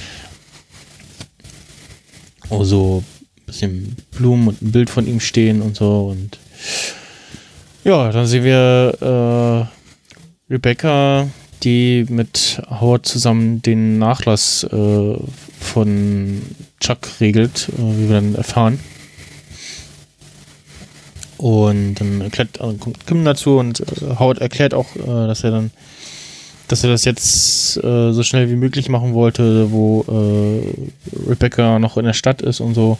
Oh, so ein bisschen Blumen und ein Bild von ihm stehen und so. Und ja, dann sehen wir Rebecca, die mit Howard zusammen den Nachlass von Chuck regelt, wie wir dann erfahren. Und dann kommt Kim dazu und Howard erklärt auch, dass er das jetzt so schnell wie möglich machen wollte, wo Rebecca noch in der Stadt ist und so.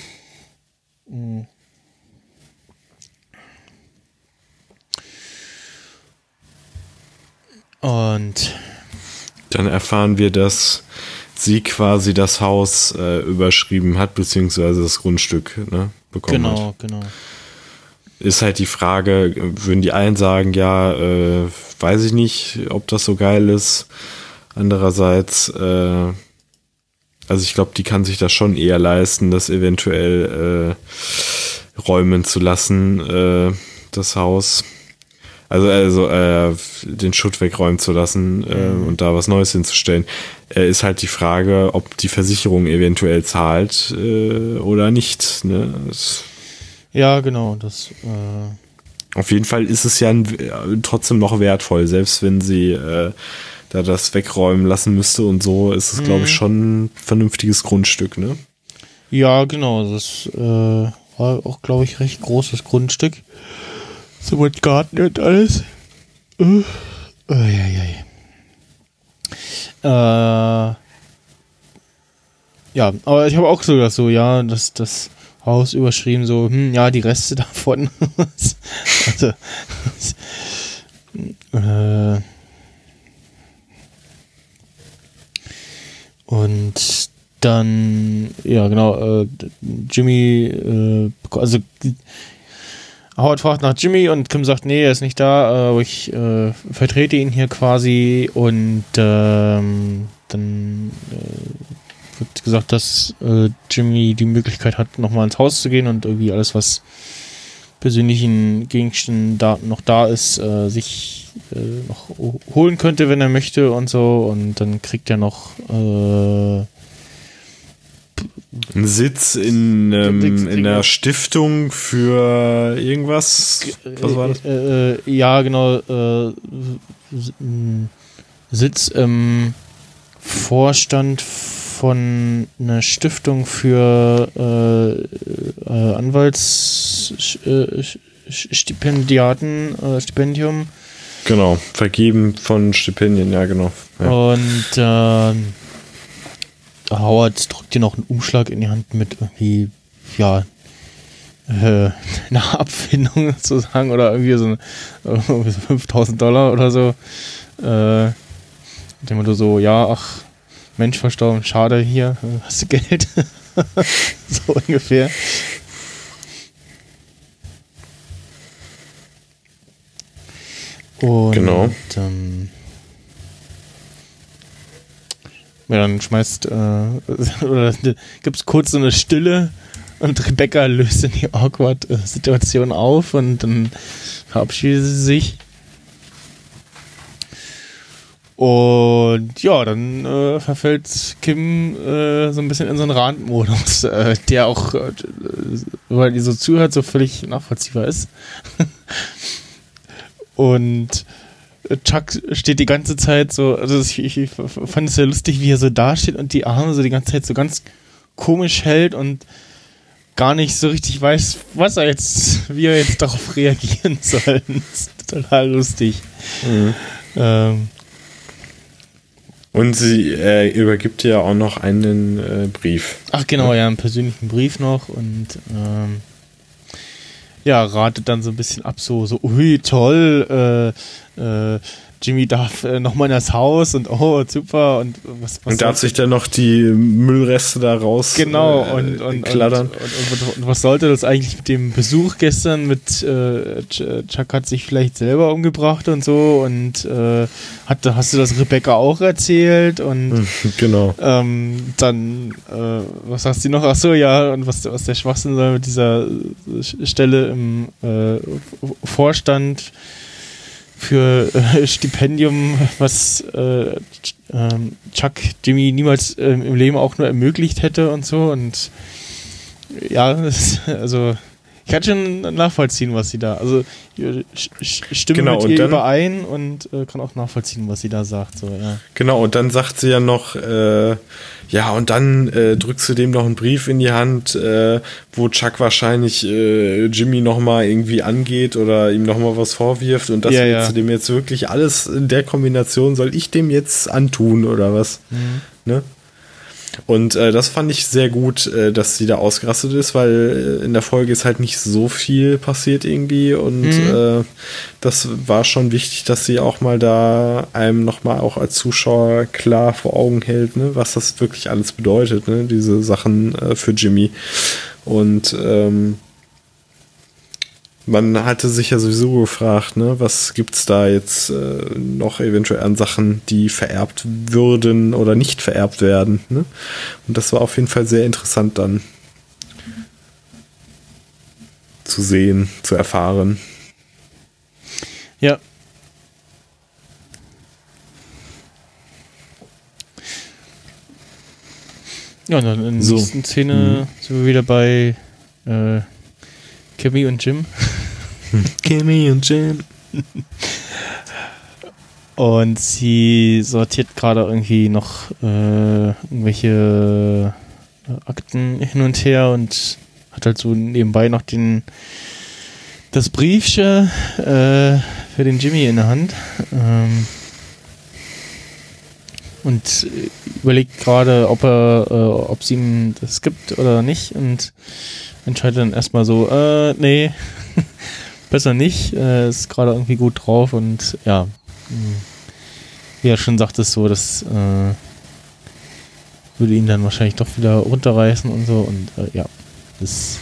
Und dann erfahren wir, dass sie quasi das Haus überschrieben hat, beziehungsweise das Grundstück bekommen hat. Genau. Ist halt die Frage, würden die einen sagen, ja, weiß ich nicht, ob das so geil ist. Andererseits, also ich glaube, die kann sich das schon eher leisten, das eventuell räumen zu lassen, das Haus. den Schutt wegräumen zu lassen und da was Neues hinzustellen, ist halt die Frage, ob die Versicherung eventuell zahlt oder nicht. Ne? Ja, genau. Das, auf jeden Fall ist es ja trotzdem noch wertvoll, selbst wenn sie da das wegräumen lassen müsste und so, ist es, glaube ich, schon ein vernünftiges Grundstück, ne? Ja, genau. Das war auch, glaube ich, recht großes Grundstück. So mit Garten und alles. Ja, aber ich habe auch so gedacht, so, ja, das Haus überschrieben, so, ja, die Reste davon. Also, und dann, ja, genau, Jimmy, also Howard fragt nach Jimmy und Kim sagt, nee, er ist nicht da, aber ich vertrete ihn hier quasi und dann wird gesagt, dass Jimmy die Möglichkeit hat, nochmal ins Haus zu gehen und irgendwie alles, was persönlichen Gegenständen noch da ist, sich noch holen könnte, wenn er möchte und so, und dann kriegt er noch einen Sitz in einer Stiftung für irgendwas. Was war das? Ja, genau. Sitz im Vorstand von einer Stiftung für Stipendium. Genau, vergeben von Stipendien, ja, genau. Ja. Und Howard drückt dir noch einen Umschlag in die Hand mit irgendwie, ja, einer Abfindung sozusagen, oder irgendwie so $5.000 oder so. Dem du so, ja, ach, Mensch verstorben, schade, hier, hast du Geld? So ungefähr. Und genau. Ja, dann schmeißt oder gibt's kurz so eine Stille und Rebecca löst in die awkward Situation auf und dann verabschiedet sie sich. Und ja, dann verfällt Kim so ein bisschen in so einen Randmodus, der auch, weil die so zuhört, so völlig nachvollziehbar ist. Und Chuck steht die ganze Zeit so, also ich fand es sehr lustig, wie er so dasteht und die Arme so die ganze Zeit so ganz komisch hält und gar nicht so richtig weiß, wie er jetzt darauf reagieren soll. Das ist total lustig. Mhm. Und sie übergibt ja auch noch einen Brief. Ach genau, ja, einen persönlichen Brief noch und ja, ratet dann so ein bisschen ab, so, ui, toll, Jimmy darf nochmal in das Haus und oh, super und was und darf sich dann noch die Müllreste da raus kladdern. Und was sollte das eigentlich mit dem Besuch gestern mit Chuck hat sich vielleicht selber umgebracht und so und hast du das Rebecca auch erzählt und genau. Dann was sagst du noch? Ach so, ja, und was der Schwachsinn soll mit dieser Stelle im Vorstand für Stipendium, was Chuck Jimmy niemals im Leben auch nur ermöglicht hätte und so. Und ja, also ich kann schon nachvollziehen, was sie da, also stimme genau, mit ihr überein und kann auch nachvollziehen, was sie da sagt. So, ja. Genau, und dann sagt sie ja noch, ja, und dann drückst du dem noch einen Brief in die Hand, wo Chuck wahrscheinlich Jimmy nochmal irgendwie angeht oder ihm nochmal was vorwirft und das willst du dem jetzt wirklich alles in der Kombination, soll ich dem jetzt antun oder was? Mhm. Ne? Und das fand ich sehr gut, dass sie da ausgerastet ist, weil in der Folge ist halt nicht so viel passiert irgendwie und das war schon wichtig, dass sie auch mal da einem nochmal auch als Zuschauer klar vor Augen hält, ne, was das wirklich alles bedeutet, ne, diese Sachen für Jimmy. Und man hatte sich ja sowieso gefragt, ne, was gibt's da jetzt noch eventuell an Sachen, die vererbt würden oder nicht vererbt werden, ne? Und das war auf jeden Fall sehr interessant dann zu sehen, zu erfahren. Ja. Ja, und dann in der nächsten Szene sind wir wieder bei Kimmy und Jim. Kimmy und Jim. Und sie sortiert gerade irgendwie noch irgendwelche Akten hin und her und hat halt so nebenbei noch das Briefchen für den Jimmy in der Hand. Und überlegt gerade, ob sie ihm das gibt oder nicht, und entscheidet dann erstmal so, nee, besser nicht, ist gerade irgendwie gut drauf, und ja, wie er schon sagt, ist so, das würde ihn dann wahrscheinlich doch wieder runterreißen und so, und ja, das.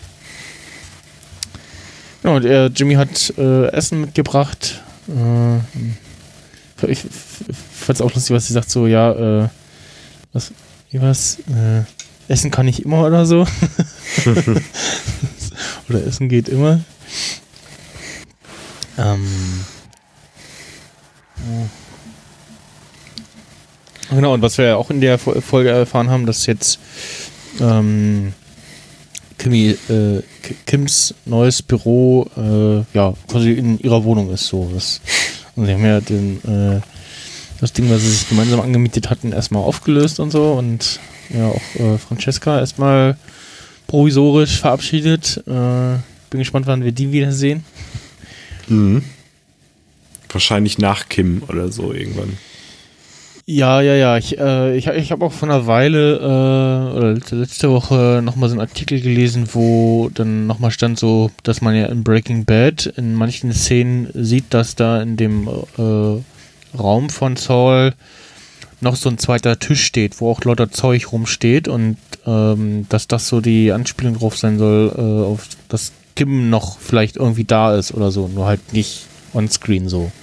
Ja, und Jimmy hat Essen mitgebracht. Ich fand es auch lustig, was sie sagt, so, ja, Essen kann ich immer oder so. Oder Essen geht immer. Genau, und was wir ja auch in der Folge erfahren haben, dass jetzt Kims neues Büro ja quasi in ihrer Wohnung ist, so. Und sie haben ja das Ding, was sie sich gemeinsam angemietet hatten, erstmal aufgelöst und so, und ja auch Francesca erstmal provisorisch verabschiedet. Bin gespannt, wann wir die wiedersehen. Mhm. Wahrscheinlich nach Kim oder so irgendwann. Ja. Ich habe auch vor einer Weile oder letzte Woche nochmal so einen Artikel gelesen, wo dann nochmal stand so, dass man ja in Breaking Bad in manchen Szenen sieht, dass da in dem Raum von Saul noch so ein zweiter Tisch steht, wo auch lauter Zeug rumsteht, und dass das so die Anspielung drauf sein soll, auf dass Kim noch vielleicht irgendwie da ist oder so, nur halt nicht on-screen so.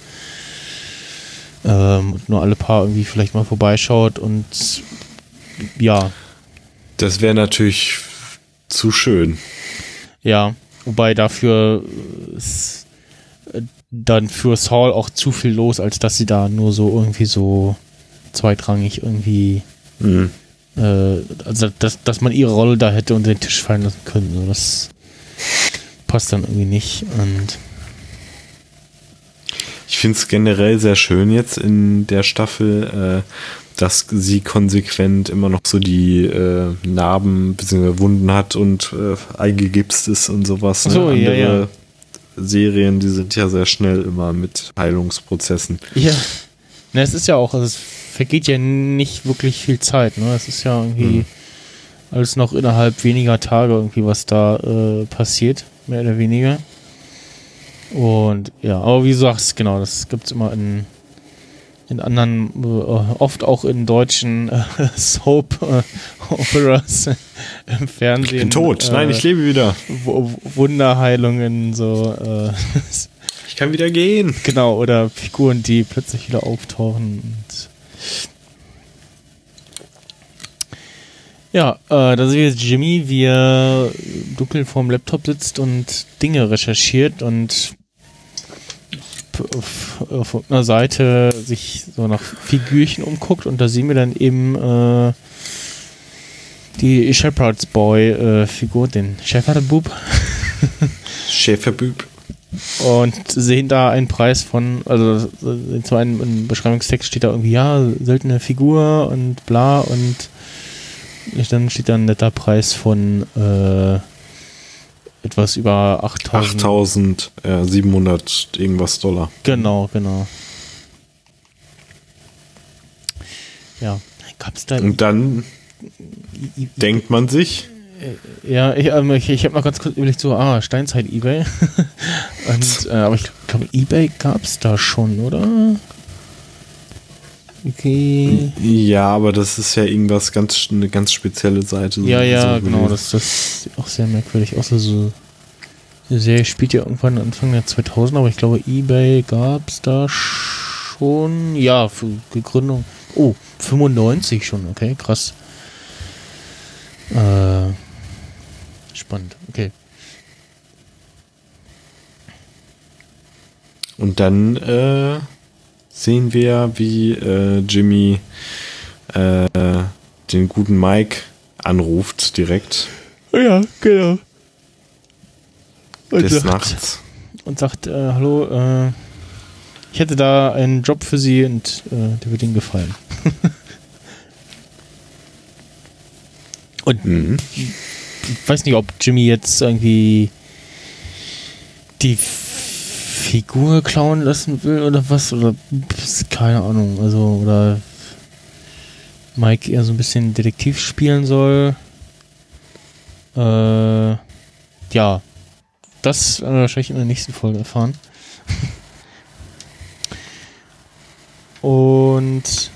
Nur alle paar irgendwie vielleicht mal vorbeischaut, und ja. Das wäre natürlich zu schön. Ja, wobei dafür ist dann für Saul auch zu viel los, als dass sie da nur so irgendwie so zweitrangig irgendwie also dass man ihre Rolle da hätte unter den Tisch fallen lassen können. So, das passt dann irgendwie nicht, und ich finde es generell sehr schön jetzt in der Staffel, dass sie konsequent immer noch so die Narben bzw. Wunden hat und eingegipst ist und sowas. Ne? So, Andere Serien, die sind ja sehr schnell immer mit Heilungsprozessen. Ja. Na, es ist ja auch, also es vergeht ja nicht wirklich viel Zeit, ne? Es ist ja irgendwie alles noch innerhalb weniger Tage irgendwie, was da passiert, mehr oder weniger. Und ja, aber wie du sagst, genau, das gibt's immer in anderen, oft auch in deutschen Soap-Operas im Fernsehen. Ich bin tot, nein, ich lebe wieder. Wunderheilungen, so. Ich kann wieder gehen. Genau, oder Figuren, die plötzlich wieder auftauchen. Und ja, da sehen wir jetzt Jimmy, wie er dunkel vorm Laptop sitzt und Dinge recherchiert und auf einer Seite sich so nach Figürchen umguckt, und da sehen wir dann eben die Shepherd's Boy Figur, den Shepherdbub. Schäferbub. Und sehen da einen Preis von, also zu einem im Beschreibungstext steht da irgendwie, ja, seltene Figur und bla, und dann steht da ein netter Preis von etwas über 8.700 irgendwas $. Genau. Ja, gab's da... Und dann denkt man sich... Ja, ich habe noch ganz kurz überlegt, so, Steinzeit-Ebay. Aber ich glaube, Ebay gab's da schon, oder? Okay. Ja, aber das ist ja irgendwas eine ganz spezielle Seite. Ja, so genau, das sieht auch sehr merkwürdig aus. Also, die Serie spielt ja irgendwann Anfang der 2000, aber ich glaube, Ebay gab's da schon. Ja, für Gegründung. Oh, 95 schon, okay, krass. Spannend, okay. Und dann sehen wir, wie Jimmy den guten Mike anruft direkt. Ja, genau. Des Nachts. Und sagt, hallo, ich hätte da einen Job für Sie und der wird Ihnen gefallen. Und ich weiß nicht, ob Jimmy jetzt irgendwie die Figur klauen lassen will oder was, oder keine Ahnung, also, oder Mike eher so ein bisschen Detektiv spielen soll. Ja, das werden wir wahrscheinlich in der nächsten Folge erfahren. Und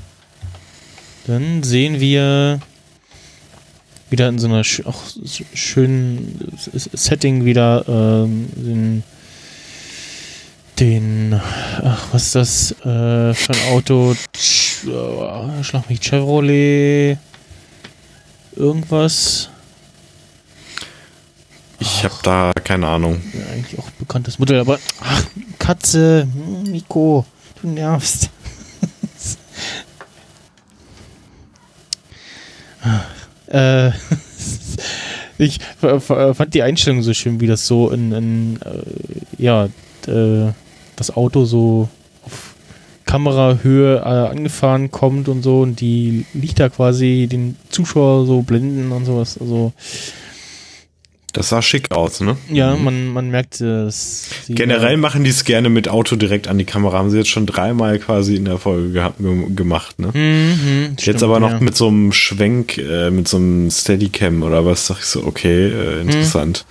dann sehen wir wieder in so einer schönen Setting wieder was ist das für ein Auto? Schlag mich, Chevrolet irgendwas. Ich habe da keine Ahnung. Ja, eigentlich auch bekanntes Modell, aber Katze, Nico, du nervst. Ich fand die Einstellung so schön, wie das so das Auto so auf Kamerahöhe angefahren kommt und so, und die Lichter quasi den Zuschauer so blenden und sowas. Also das sah schick aus, ne? ja, man merkt es. Generell machen die es gerne mit Auto direkt an die Kamera. Haben sie jetzt schon 3-mal quasi in der Folge gemacht, ne? Jetzt stimmt, aber noch mit so einem Schwenk, mit so einem Steadicam oder was, sag ich so, okay, interessant.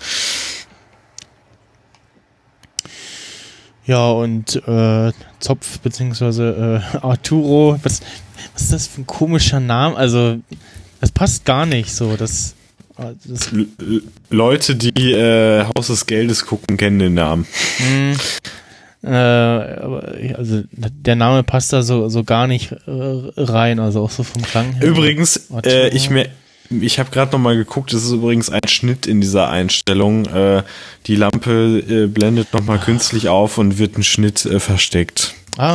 Ja, und Zopf beziehungsweise Arturo, was ist das für ein komischer Name? Also, das passt gar nicht so, das Leute, die Haus des Geldes gucken, kennen den Namen. Aber also der Name passt da so gar nicht rein, also auch so vom Klang her. Übrigens, ich habe gerade noch mal geguckt, es ist übrigens ein Schnitt in dieser Einstellung. Die Lampe blendet noch mal künstlich auf und wird ein Schnitt versteckt.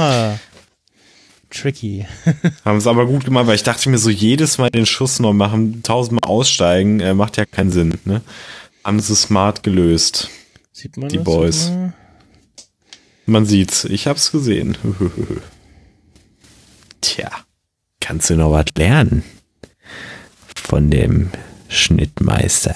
Tricky. Haben es aber gut gemacht, weil ich dachte mir so, jedes Mal den Schuss noch machen, 1000-mal aussteigen, macht ja keinen Sinn, ne? Haben sie smart gelöst. Sieht man die das Boys. Immer? Man sieht's, ich hab's gesehen. Tja, kannst du noch was lernen? Von dem Schnittmeister.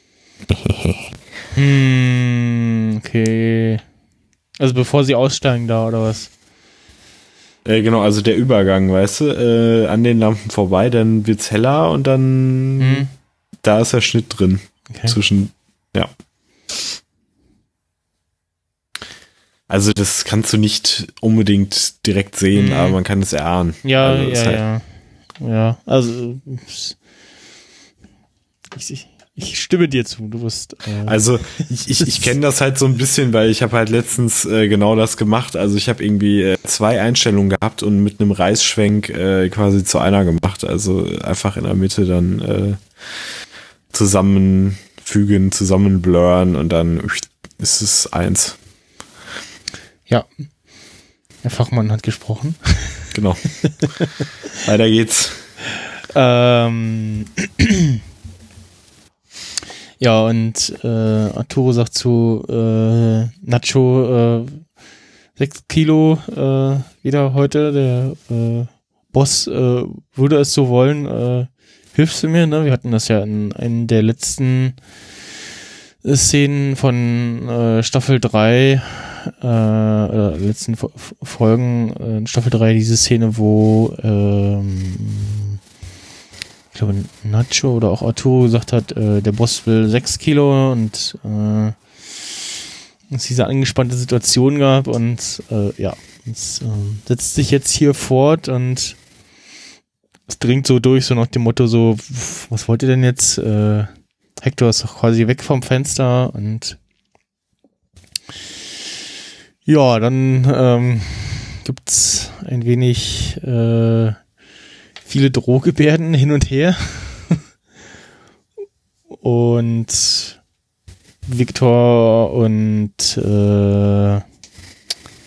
Okay. Also bevor sie aussteigen da, oder was? Genau, also der Übergang, weißt du, an den Lampen vorbei, dann wird's heller und dann da ist der Schnitt drin. Okay. Zwischen, ja. Also das kannst du nicht unbedingt direkt sehen, aber man kann es erahnen. Ja, also ja. Also ich stimme dir zu, du wirst. Also ich kenne das halt so ein bisschen, weil ich habe halt letztens genau das gemacht. Also ich habe irgendwie 2 Einstellungen gehabt und mit einem Reißschwenk quasi zu einer gemacht. Also einfach in der Mitte dann zusammenfügen, zusammenblurren und dann ist es 1. Ja, der Fachmann hat gesprochen. Genau. Weiter geht's. Ja, und Arturo sagt zu Nacho 6 Kilo wieder heute. Der Boss würde es so wollen. Hilfst du mir? Ne? Wir hatten das ja in einer der letzten Szenen von Staffel 3 letzten Folgen in Staffel 3 diese Szene, wo ich glaube Nacho oder auch Arturo gesagt hat, der Boss will 6 Kilo und es diese angespannte Situation gab und es setzt sich jetzt hier fort und es dringt so durch, so nach dem Motto so, was wollt ihr denn jetzt? Hector ist doch quasi weg vom Fenster und ja, dann gibt's ein wenig viele Drohgebärden hin und her und Victor und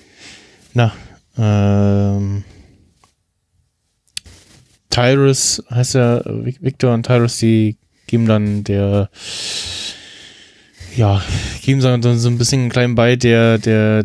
Tyrus heißt ja, Victor und Tyrus, die geben dann geben so ein bisschen einen kleinen bei der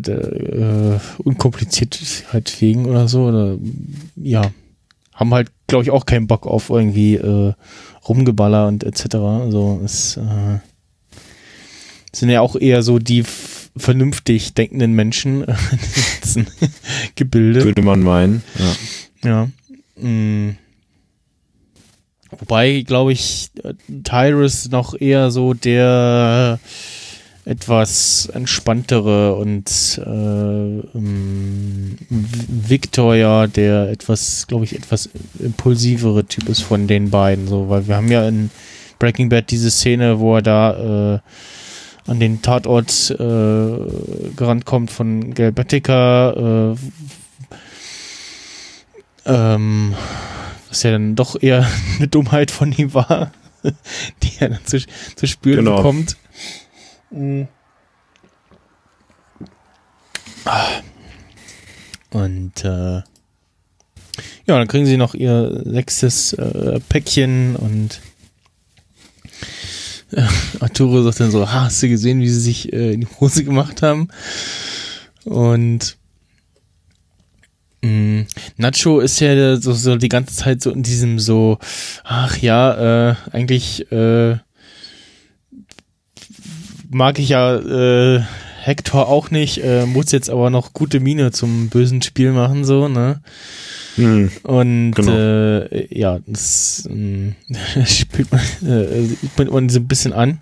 Unkompliziertheit wegen oder so, oder ja, haben halt, glaube ich, auch keinen Bock auf irgendwie Rumgeballer und etc. Also es sind ja auch eher so die vernünftig denkenden Menschen in diesem Gebilde. Würde man meinen, ja. Wobei, glaube ich, Tyrus noch eher so der etwas entspanntere und Victor ja der etwas impulsivere Typ ist von den beiden. So, weil wir haben ja in Breaking Bad diese Szene, wo er da an den Tatort gerannt kommt von Gail Batica, was ja dann doch eher eine Dummheit von ihm war, die er dann zu spüren bekommt. Und dann kriegen sie noch ihr 6. Päckchen und Arturo sagt dann so, hast du gesehen, wie sie sich in die Hose gemacht haben? Und Nacho ist ja so die ganze Zeit so in diesem so, eigentlich mag ich ja Hector auch nicht, muss jetzt aber noch gute Miene zum bösen Spiel machen, so, ne? Und genau. Das spielt man so ein bisschen an.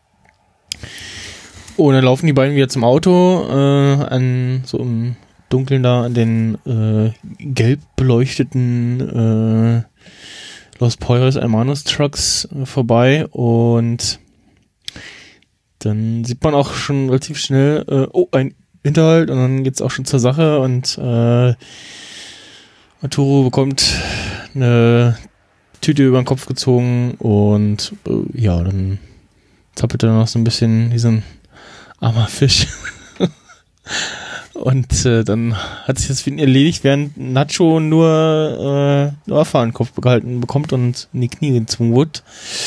Und dann laufen die beiden wieder zum Auto, so im Dunkeln da an den gelb beleuchteten Los Pollos Hermanos Trucks vorbei, und dann sieht man auch schon relativ schnell, ein Hinterhalt, und dann geht's auch schon zur Sache, und Arturo bekommt eine Tüte über den Kopf gezogen, und dann zappelt er noch so ein bisschen wie so ein armer Fisch. Und dann hat sich das für ihn erledigt, während Nacho nur Waffe an den Kopf gehalten bekommt und in die Knie gezwungen wird.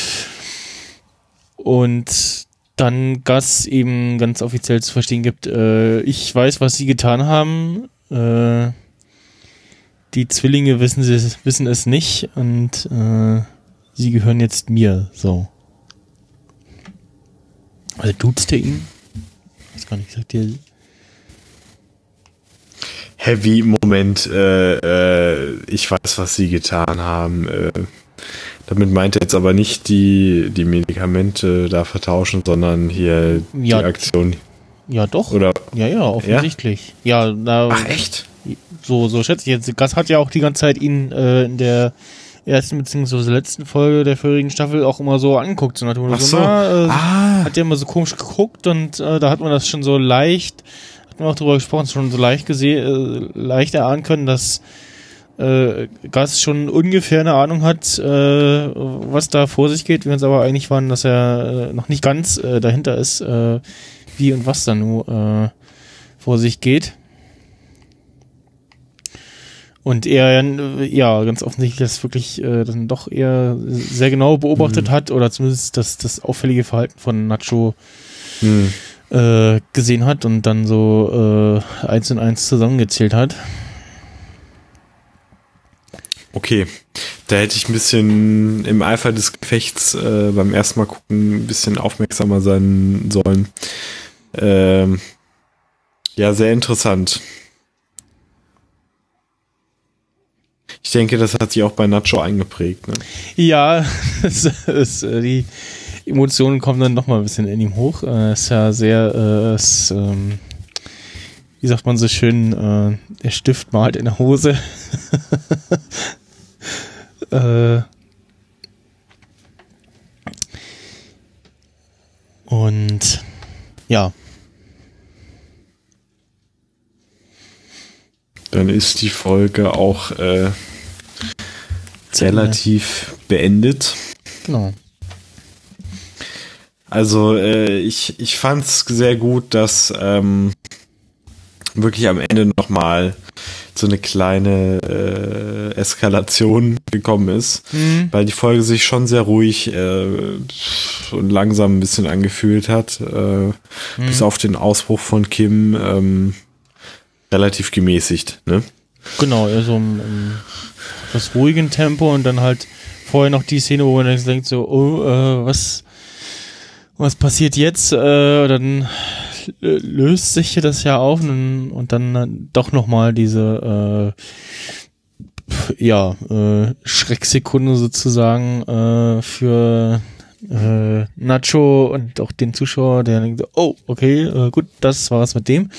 Und dann Gus eben ganz offiziell zu verstehen gibt, ich weiß, was sie getan haben. Die Zwillinge wissen es nicht, und sie gehören jetzt mir. So. Also duzt er ihn? Ich weiß gar nicht, sagt ihr... Heavy Moment, ich weiß, was sie getan haben. Damit meint er jetzt aber nicht die Medikamente da vertauschen, sondern hier die Aktion. Ja, doch. Oder? Ja, offensichtlich. Ja, ach, echt? So schätze ich jetzt. Gus hat ja auch die ganze Zeit ihn in der ersten bzw. letzten Folge der vorherigen Staffel auch immer so angeguckt. So, ach so. Hat der immer so komisch geguckt, und da hat man das schon so leicht... wir auch darüber gesprochen, schon so leicht erahnen können, dass Gus schon ungefähr eine Ahnung hat, was da vor sich geht, wir uns aber einig waren, dass er noch nicht ganz dahinter ist, wie und was da nur vor sich geht. Und er ganz offensichtlich das wirklich dann doch eher sehr genau beobachtet hat, oder zumindest das auffällige Verhalten von Nacho gesehen hat und dann so 1 und 1 zusammengezählt hat. Okay, da hätte ich ein bisschen im Eifer des Gefechts beim ersten Mal gucken ein bisschen aufmerksamer sein sollen. Ja, sehr interessant. Ich denke, das hat sich auch bei Nacho eingeprägt. Ne? Ja, die Emotionen kommen dann noch mal ein bisschen in ihm hoch. Ist ja sehr, wie sagt man so schön, der Stift malt in der Hose. Und ja. Dann ist die Folge auch relativ beendet. Genau. Also ich fand's sehr gut, dass wirklich am Ende nochmal so eine kleine Eskalation gekommen ist, weil die Folge sich schon sehr ruhig und langsam ein bisschen angefühlt hat, bis auf den Ausbruch von Kim relativ gemäßigt, ne? Genau, so im etwas ruhigen Tempo und dann halt vorher noch die Szene, wo man dann denkt so, was passiert jetzt? Dann löst sich das ja auf und dann doch nochmal diese Schrecksekunde sozusagen für Nacho und auch den Zuschauer, der denkt so, oh, okay, gut, das war's mit dem.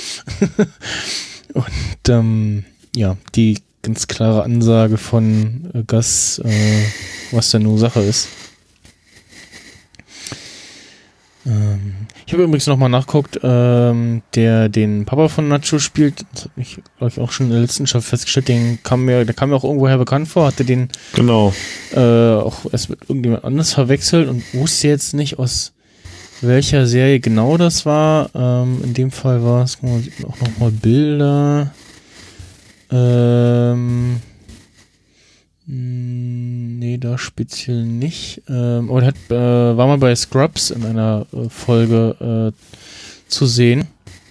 Und die ganz klare Ansage von Gus, was denn nun Sache ist. Ich habe übrigens nochmal nachgeguckt, der den Papa von Nacho spielt, das habe ich, glaube ich, auch schon in der letzten Staffel festgestellt, der kam mir auch irgendwoher bekannt vor, hatte den auch erst mit irgendjemand anders verwechselt und wusste jetzt nicht, aus welcher Serie genau das war. In dem Fall war es, man sieht auch nochmal Bilder. Nee, da speziell nicht. Aber war mal bei Scrubs in einer Folge zu sehen.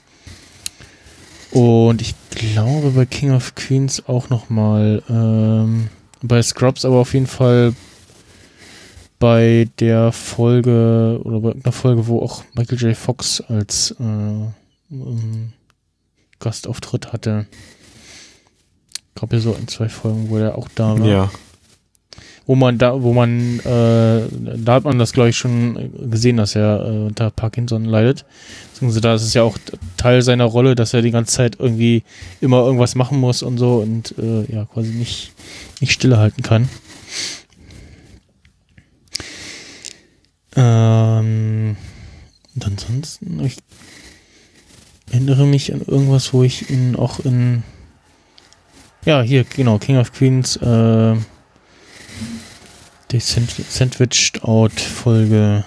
Und ich glaube bei King of Queens auch nochmal. Bei Scrubs aber auf jeden Fall bei der Folge oder bei einer Folge, wo auch Michael J. Fox als Gastauftritt hatte. Ich glaube ja so in 2 Folgen, wo er auch da war. Ja. Da hat man das, glaube ich, schon gesehen, dass er unter Parkinson leidet. Beziehungsweise da ist es ja auch Teil seiner Rolle, dass er die ganze Zeit irgendwie immer irgendwas machen muss und so und quasi nicht stillehalten kann. Und ansonsten, ich erinnere mich an irgendwas, wo ich ihn auch hier, genau, King of Queens, die Sandwiched Out Folge.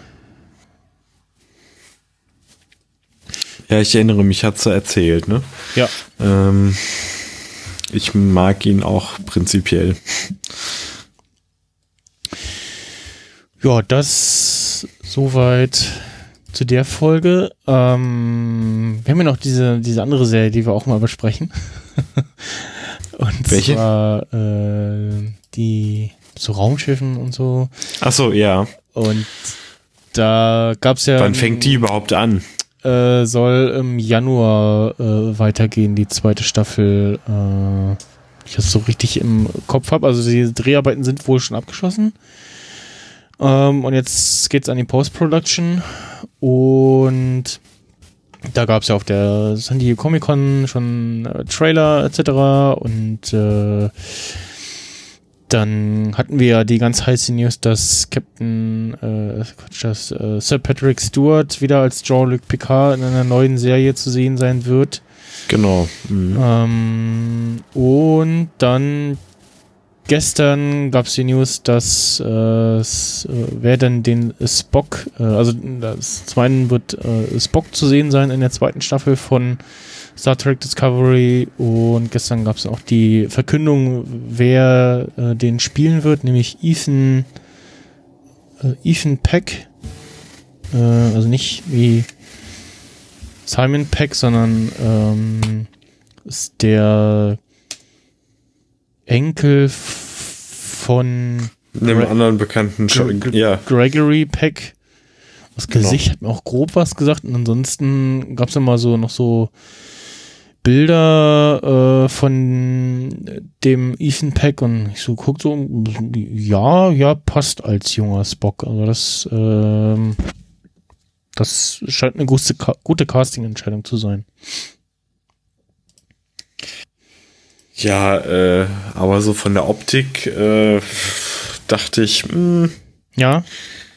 Ja, ich erinnere mich, hat sie erzählt, ne? Ja. Ich mag ihn auch prinzipiell. Ja, das soweit zu der Folge. Wir haben ja noch diese andere Serie, die wir auch mal besprechen. Und welche? Zwar die zu Raumschiffen und so. Ach so, ja. Und da gab's ja... Wann fängt die überhaupt an? Soll im Januar weitergehen, die 2. Staffel. Ich das so richtig im Kopf habe. Also die Dreharbeiten sind wohl schon abgeschlossen. Und jetzt geht's an die Post-Production. Und da gab's ja auf der San Diego Comic-Con schon Trailer etc. Und dann hatten wir ja die ganz heiße News, dass Sir Patrick Stewart wieder als Jean-Luc Picard in einer neuen Serie zu sehen sein wird. Genau. Und dann gestern gab es die News, dass wer denn den Spock, zum einen wird Spock zu sehen sein in der 2. Staffel von Star Trek Discovery, und gestern gab es auch die Verkündung, wer den spielen wird, nämlich Ethan Peck, also nicht wie Simon Peck, sondern ist der Enkel von einem anderen bekannten Gregory Peck. Das Gesicht hat mir auch grob was gesagt, und ansonsten gab es ja mal noch so Bilder von dem Ethan Peck, und ich so guck so, ja, passt als junger Spock. Also das scheint eine gute Casting-Entscheidung zu sein. Ja, aber so von der Optik dachte ich, ja,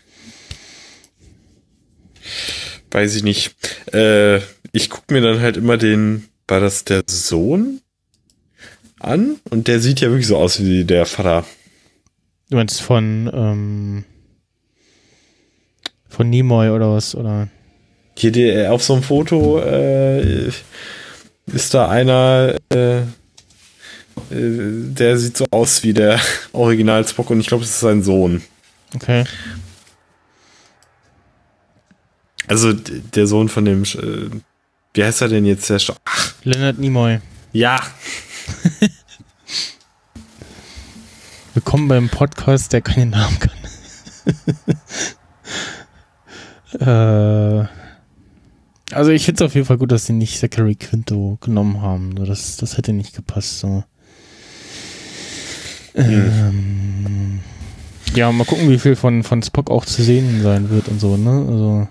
weiß ich nicht. Ich gucke mir dann halt immer war das der Sohn an? Und der sieht ja wirklich so aus wie der Vater. Du meinst von Nimoy oder was? Oder? Hier auf so einem Foto, ist da einer, der sieht so aus wie der Original Spock und ich glaube, das ist sein Sohn. Okay. Also der Sohn von dem, wie heißt er denn jetzt? Leonard Nimoy. Ja. Willkommen beim Podcast, der keinen Namen kann. Also ich finde es auf jeden Fall gut, dass sie nicht Zachary Quinto genommen haben. Das hätte nicht gepasst. So. Ja, mal gucken, wie viel von Spock auch zu sehen sein wird und so, ne? Also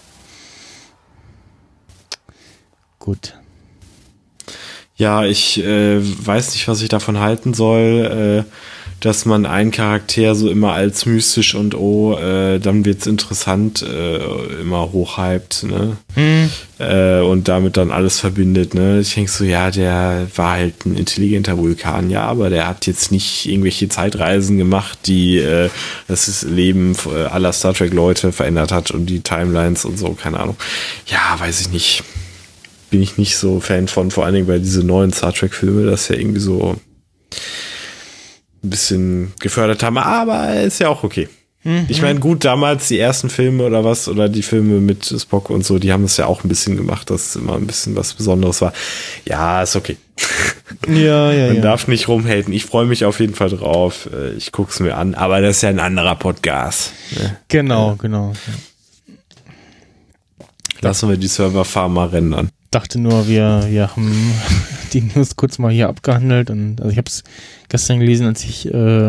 gut. Ja, ich weiß nicht, was ich davon halten soll, dass man einen Charakter so immer als mystisch und dann wird's interessant immer hochhypt, ne? Und damit dann alles verbindet, ne? Ich denke so, ja, der war halt ein intelligenter Vulkan, ja, aber der hat jetzt nicht irgendwelche Zeitreisen gemacht, die das Leben aller Star Trek-Leute verändert hat und die Timelines und so, keine Ahnung. Ja, weiß ich nicht. Bin ich nicht so Fan von, vor allen Dingen bei diese neuen Star Trek-Filme, das ja irgendwie so ein bisschen gefördert haben, aber ist ja auch okay. Ich meine, gut, damals die ersten Filme oder was, oder die Filme mit Spock und so, die haben es ja auch ein bisschen gemacht, dass es immer ein bisschen was Besonderes war. Ja, ist okay. Ja. Man darf nicht rumhaten. Ich freue mich auf jeden Fall drauf. Ich guck's mir an, aber das ist ja ein anderer Podcast. Ne? Genau. Lassen wir die Serverfarm mal rendern. Dachte nur, wir haben die News kurz mal hier abgehandelt und also ich habe es gestern gelesen, als ich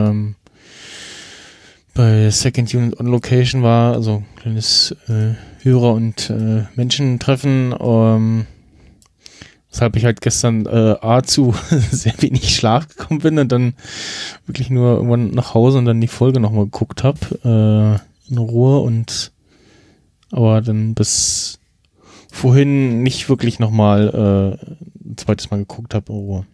bei Second Unit on Location war, also kleines Hörer- und Menschentreffen, weshalb ich halt gestern zu sehr wenig Schlaf gekommen bin und dann wirklich nur irgendwann nach Hause und dann die Folge nochmal geguckt habe, in Ruhe aber dann bis vorhin nicht wirklich nochmal ein zweites Mal geguckt habe in Ruhe.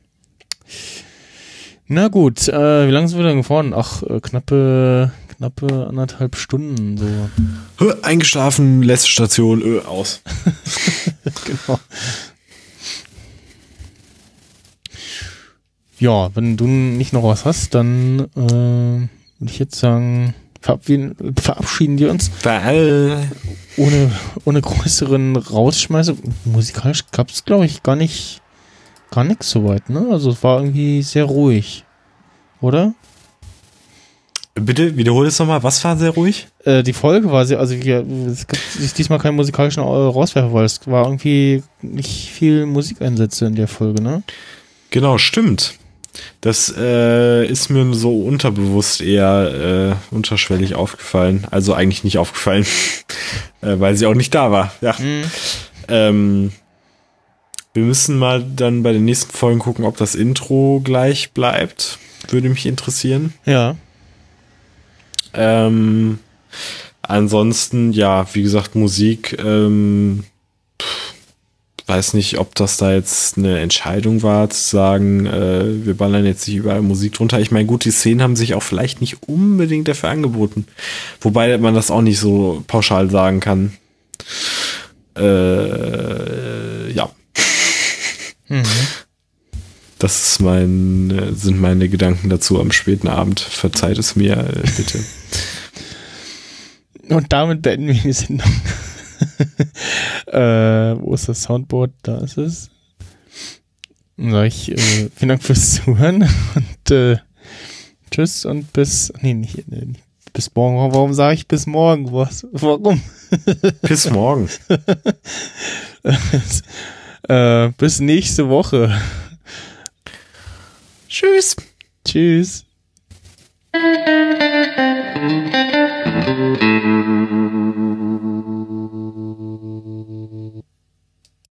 Na gut, wie lange sind wir denn gefahren? Ach, knappe 1,5 Stunden. So. Eingeschlafen, letzte Station, aus. Genau. Ja, wenn du nicht noch was hast, dann würde ich jetzt sagen, verabschieden wir uns. Ohne größeren Rausschmeißer. Musikalisch gab es, glaube ich, gar nichts soweit, ne? Also es war irgendwie sehr ruhig. Oder? Bitte, wiederhole es nochmal. Was war sehr ruhig? Die Folge war sehr, es gab diesmal keinen musikalischen Rauswerfer, weil es war irgendwie nicht viel Musikeinsätze in der Folge, ne? Genau, stimmt. Das ist mir so unterbewusst eher unterschwellig aufgefallen. Also eigentlich nicht aufgefallen, weil sie auch nicht da war. Ja. Wir müssen mal dann bei den nächsten Folgen gucken, ob das Intro gleich bleibt. Würde mich interessieren. Ja. Ansonsten, ja, wie gesagt, Musik, weiß nicht, ob das da jetzt eine Entscheidung war, zu sagen, wir ballern jetzt nicht überall Musik drunter. Ich meine, gut, die Szenen haben sich auch vielleicht nicht unbedingt dafür angeboten. Wobei man das auch nicht so pauschal sagen kann. Ja. Das sind meine Gedanken dazu am späten Abend. Verzeiht es mir, bitte. Und damit beenden wir die Sendung. Wo ist das Soundboard? Da ist es. Dann sage ich vielen Dank fürs Zuhören und tschüss und bis morgen. Warum sage ich bis morgen? Warum? Bis morgen. Bis nächste Woche. Tschüss. Tschüss.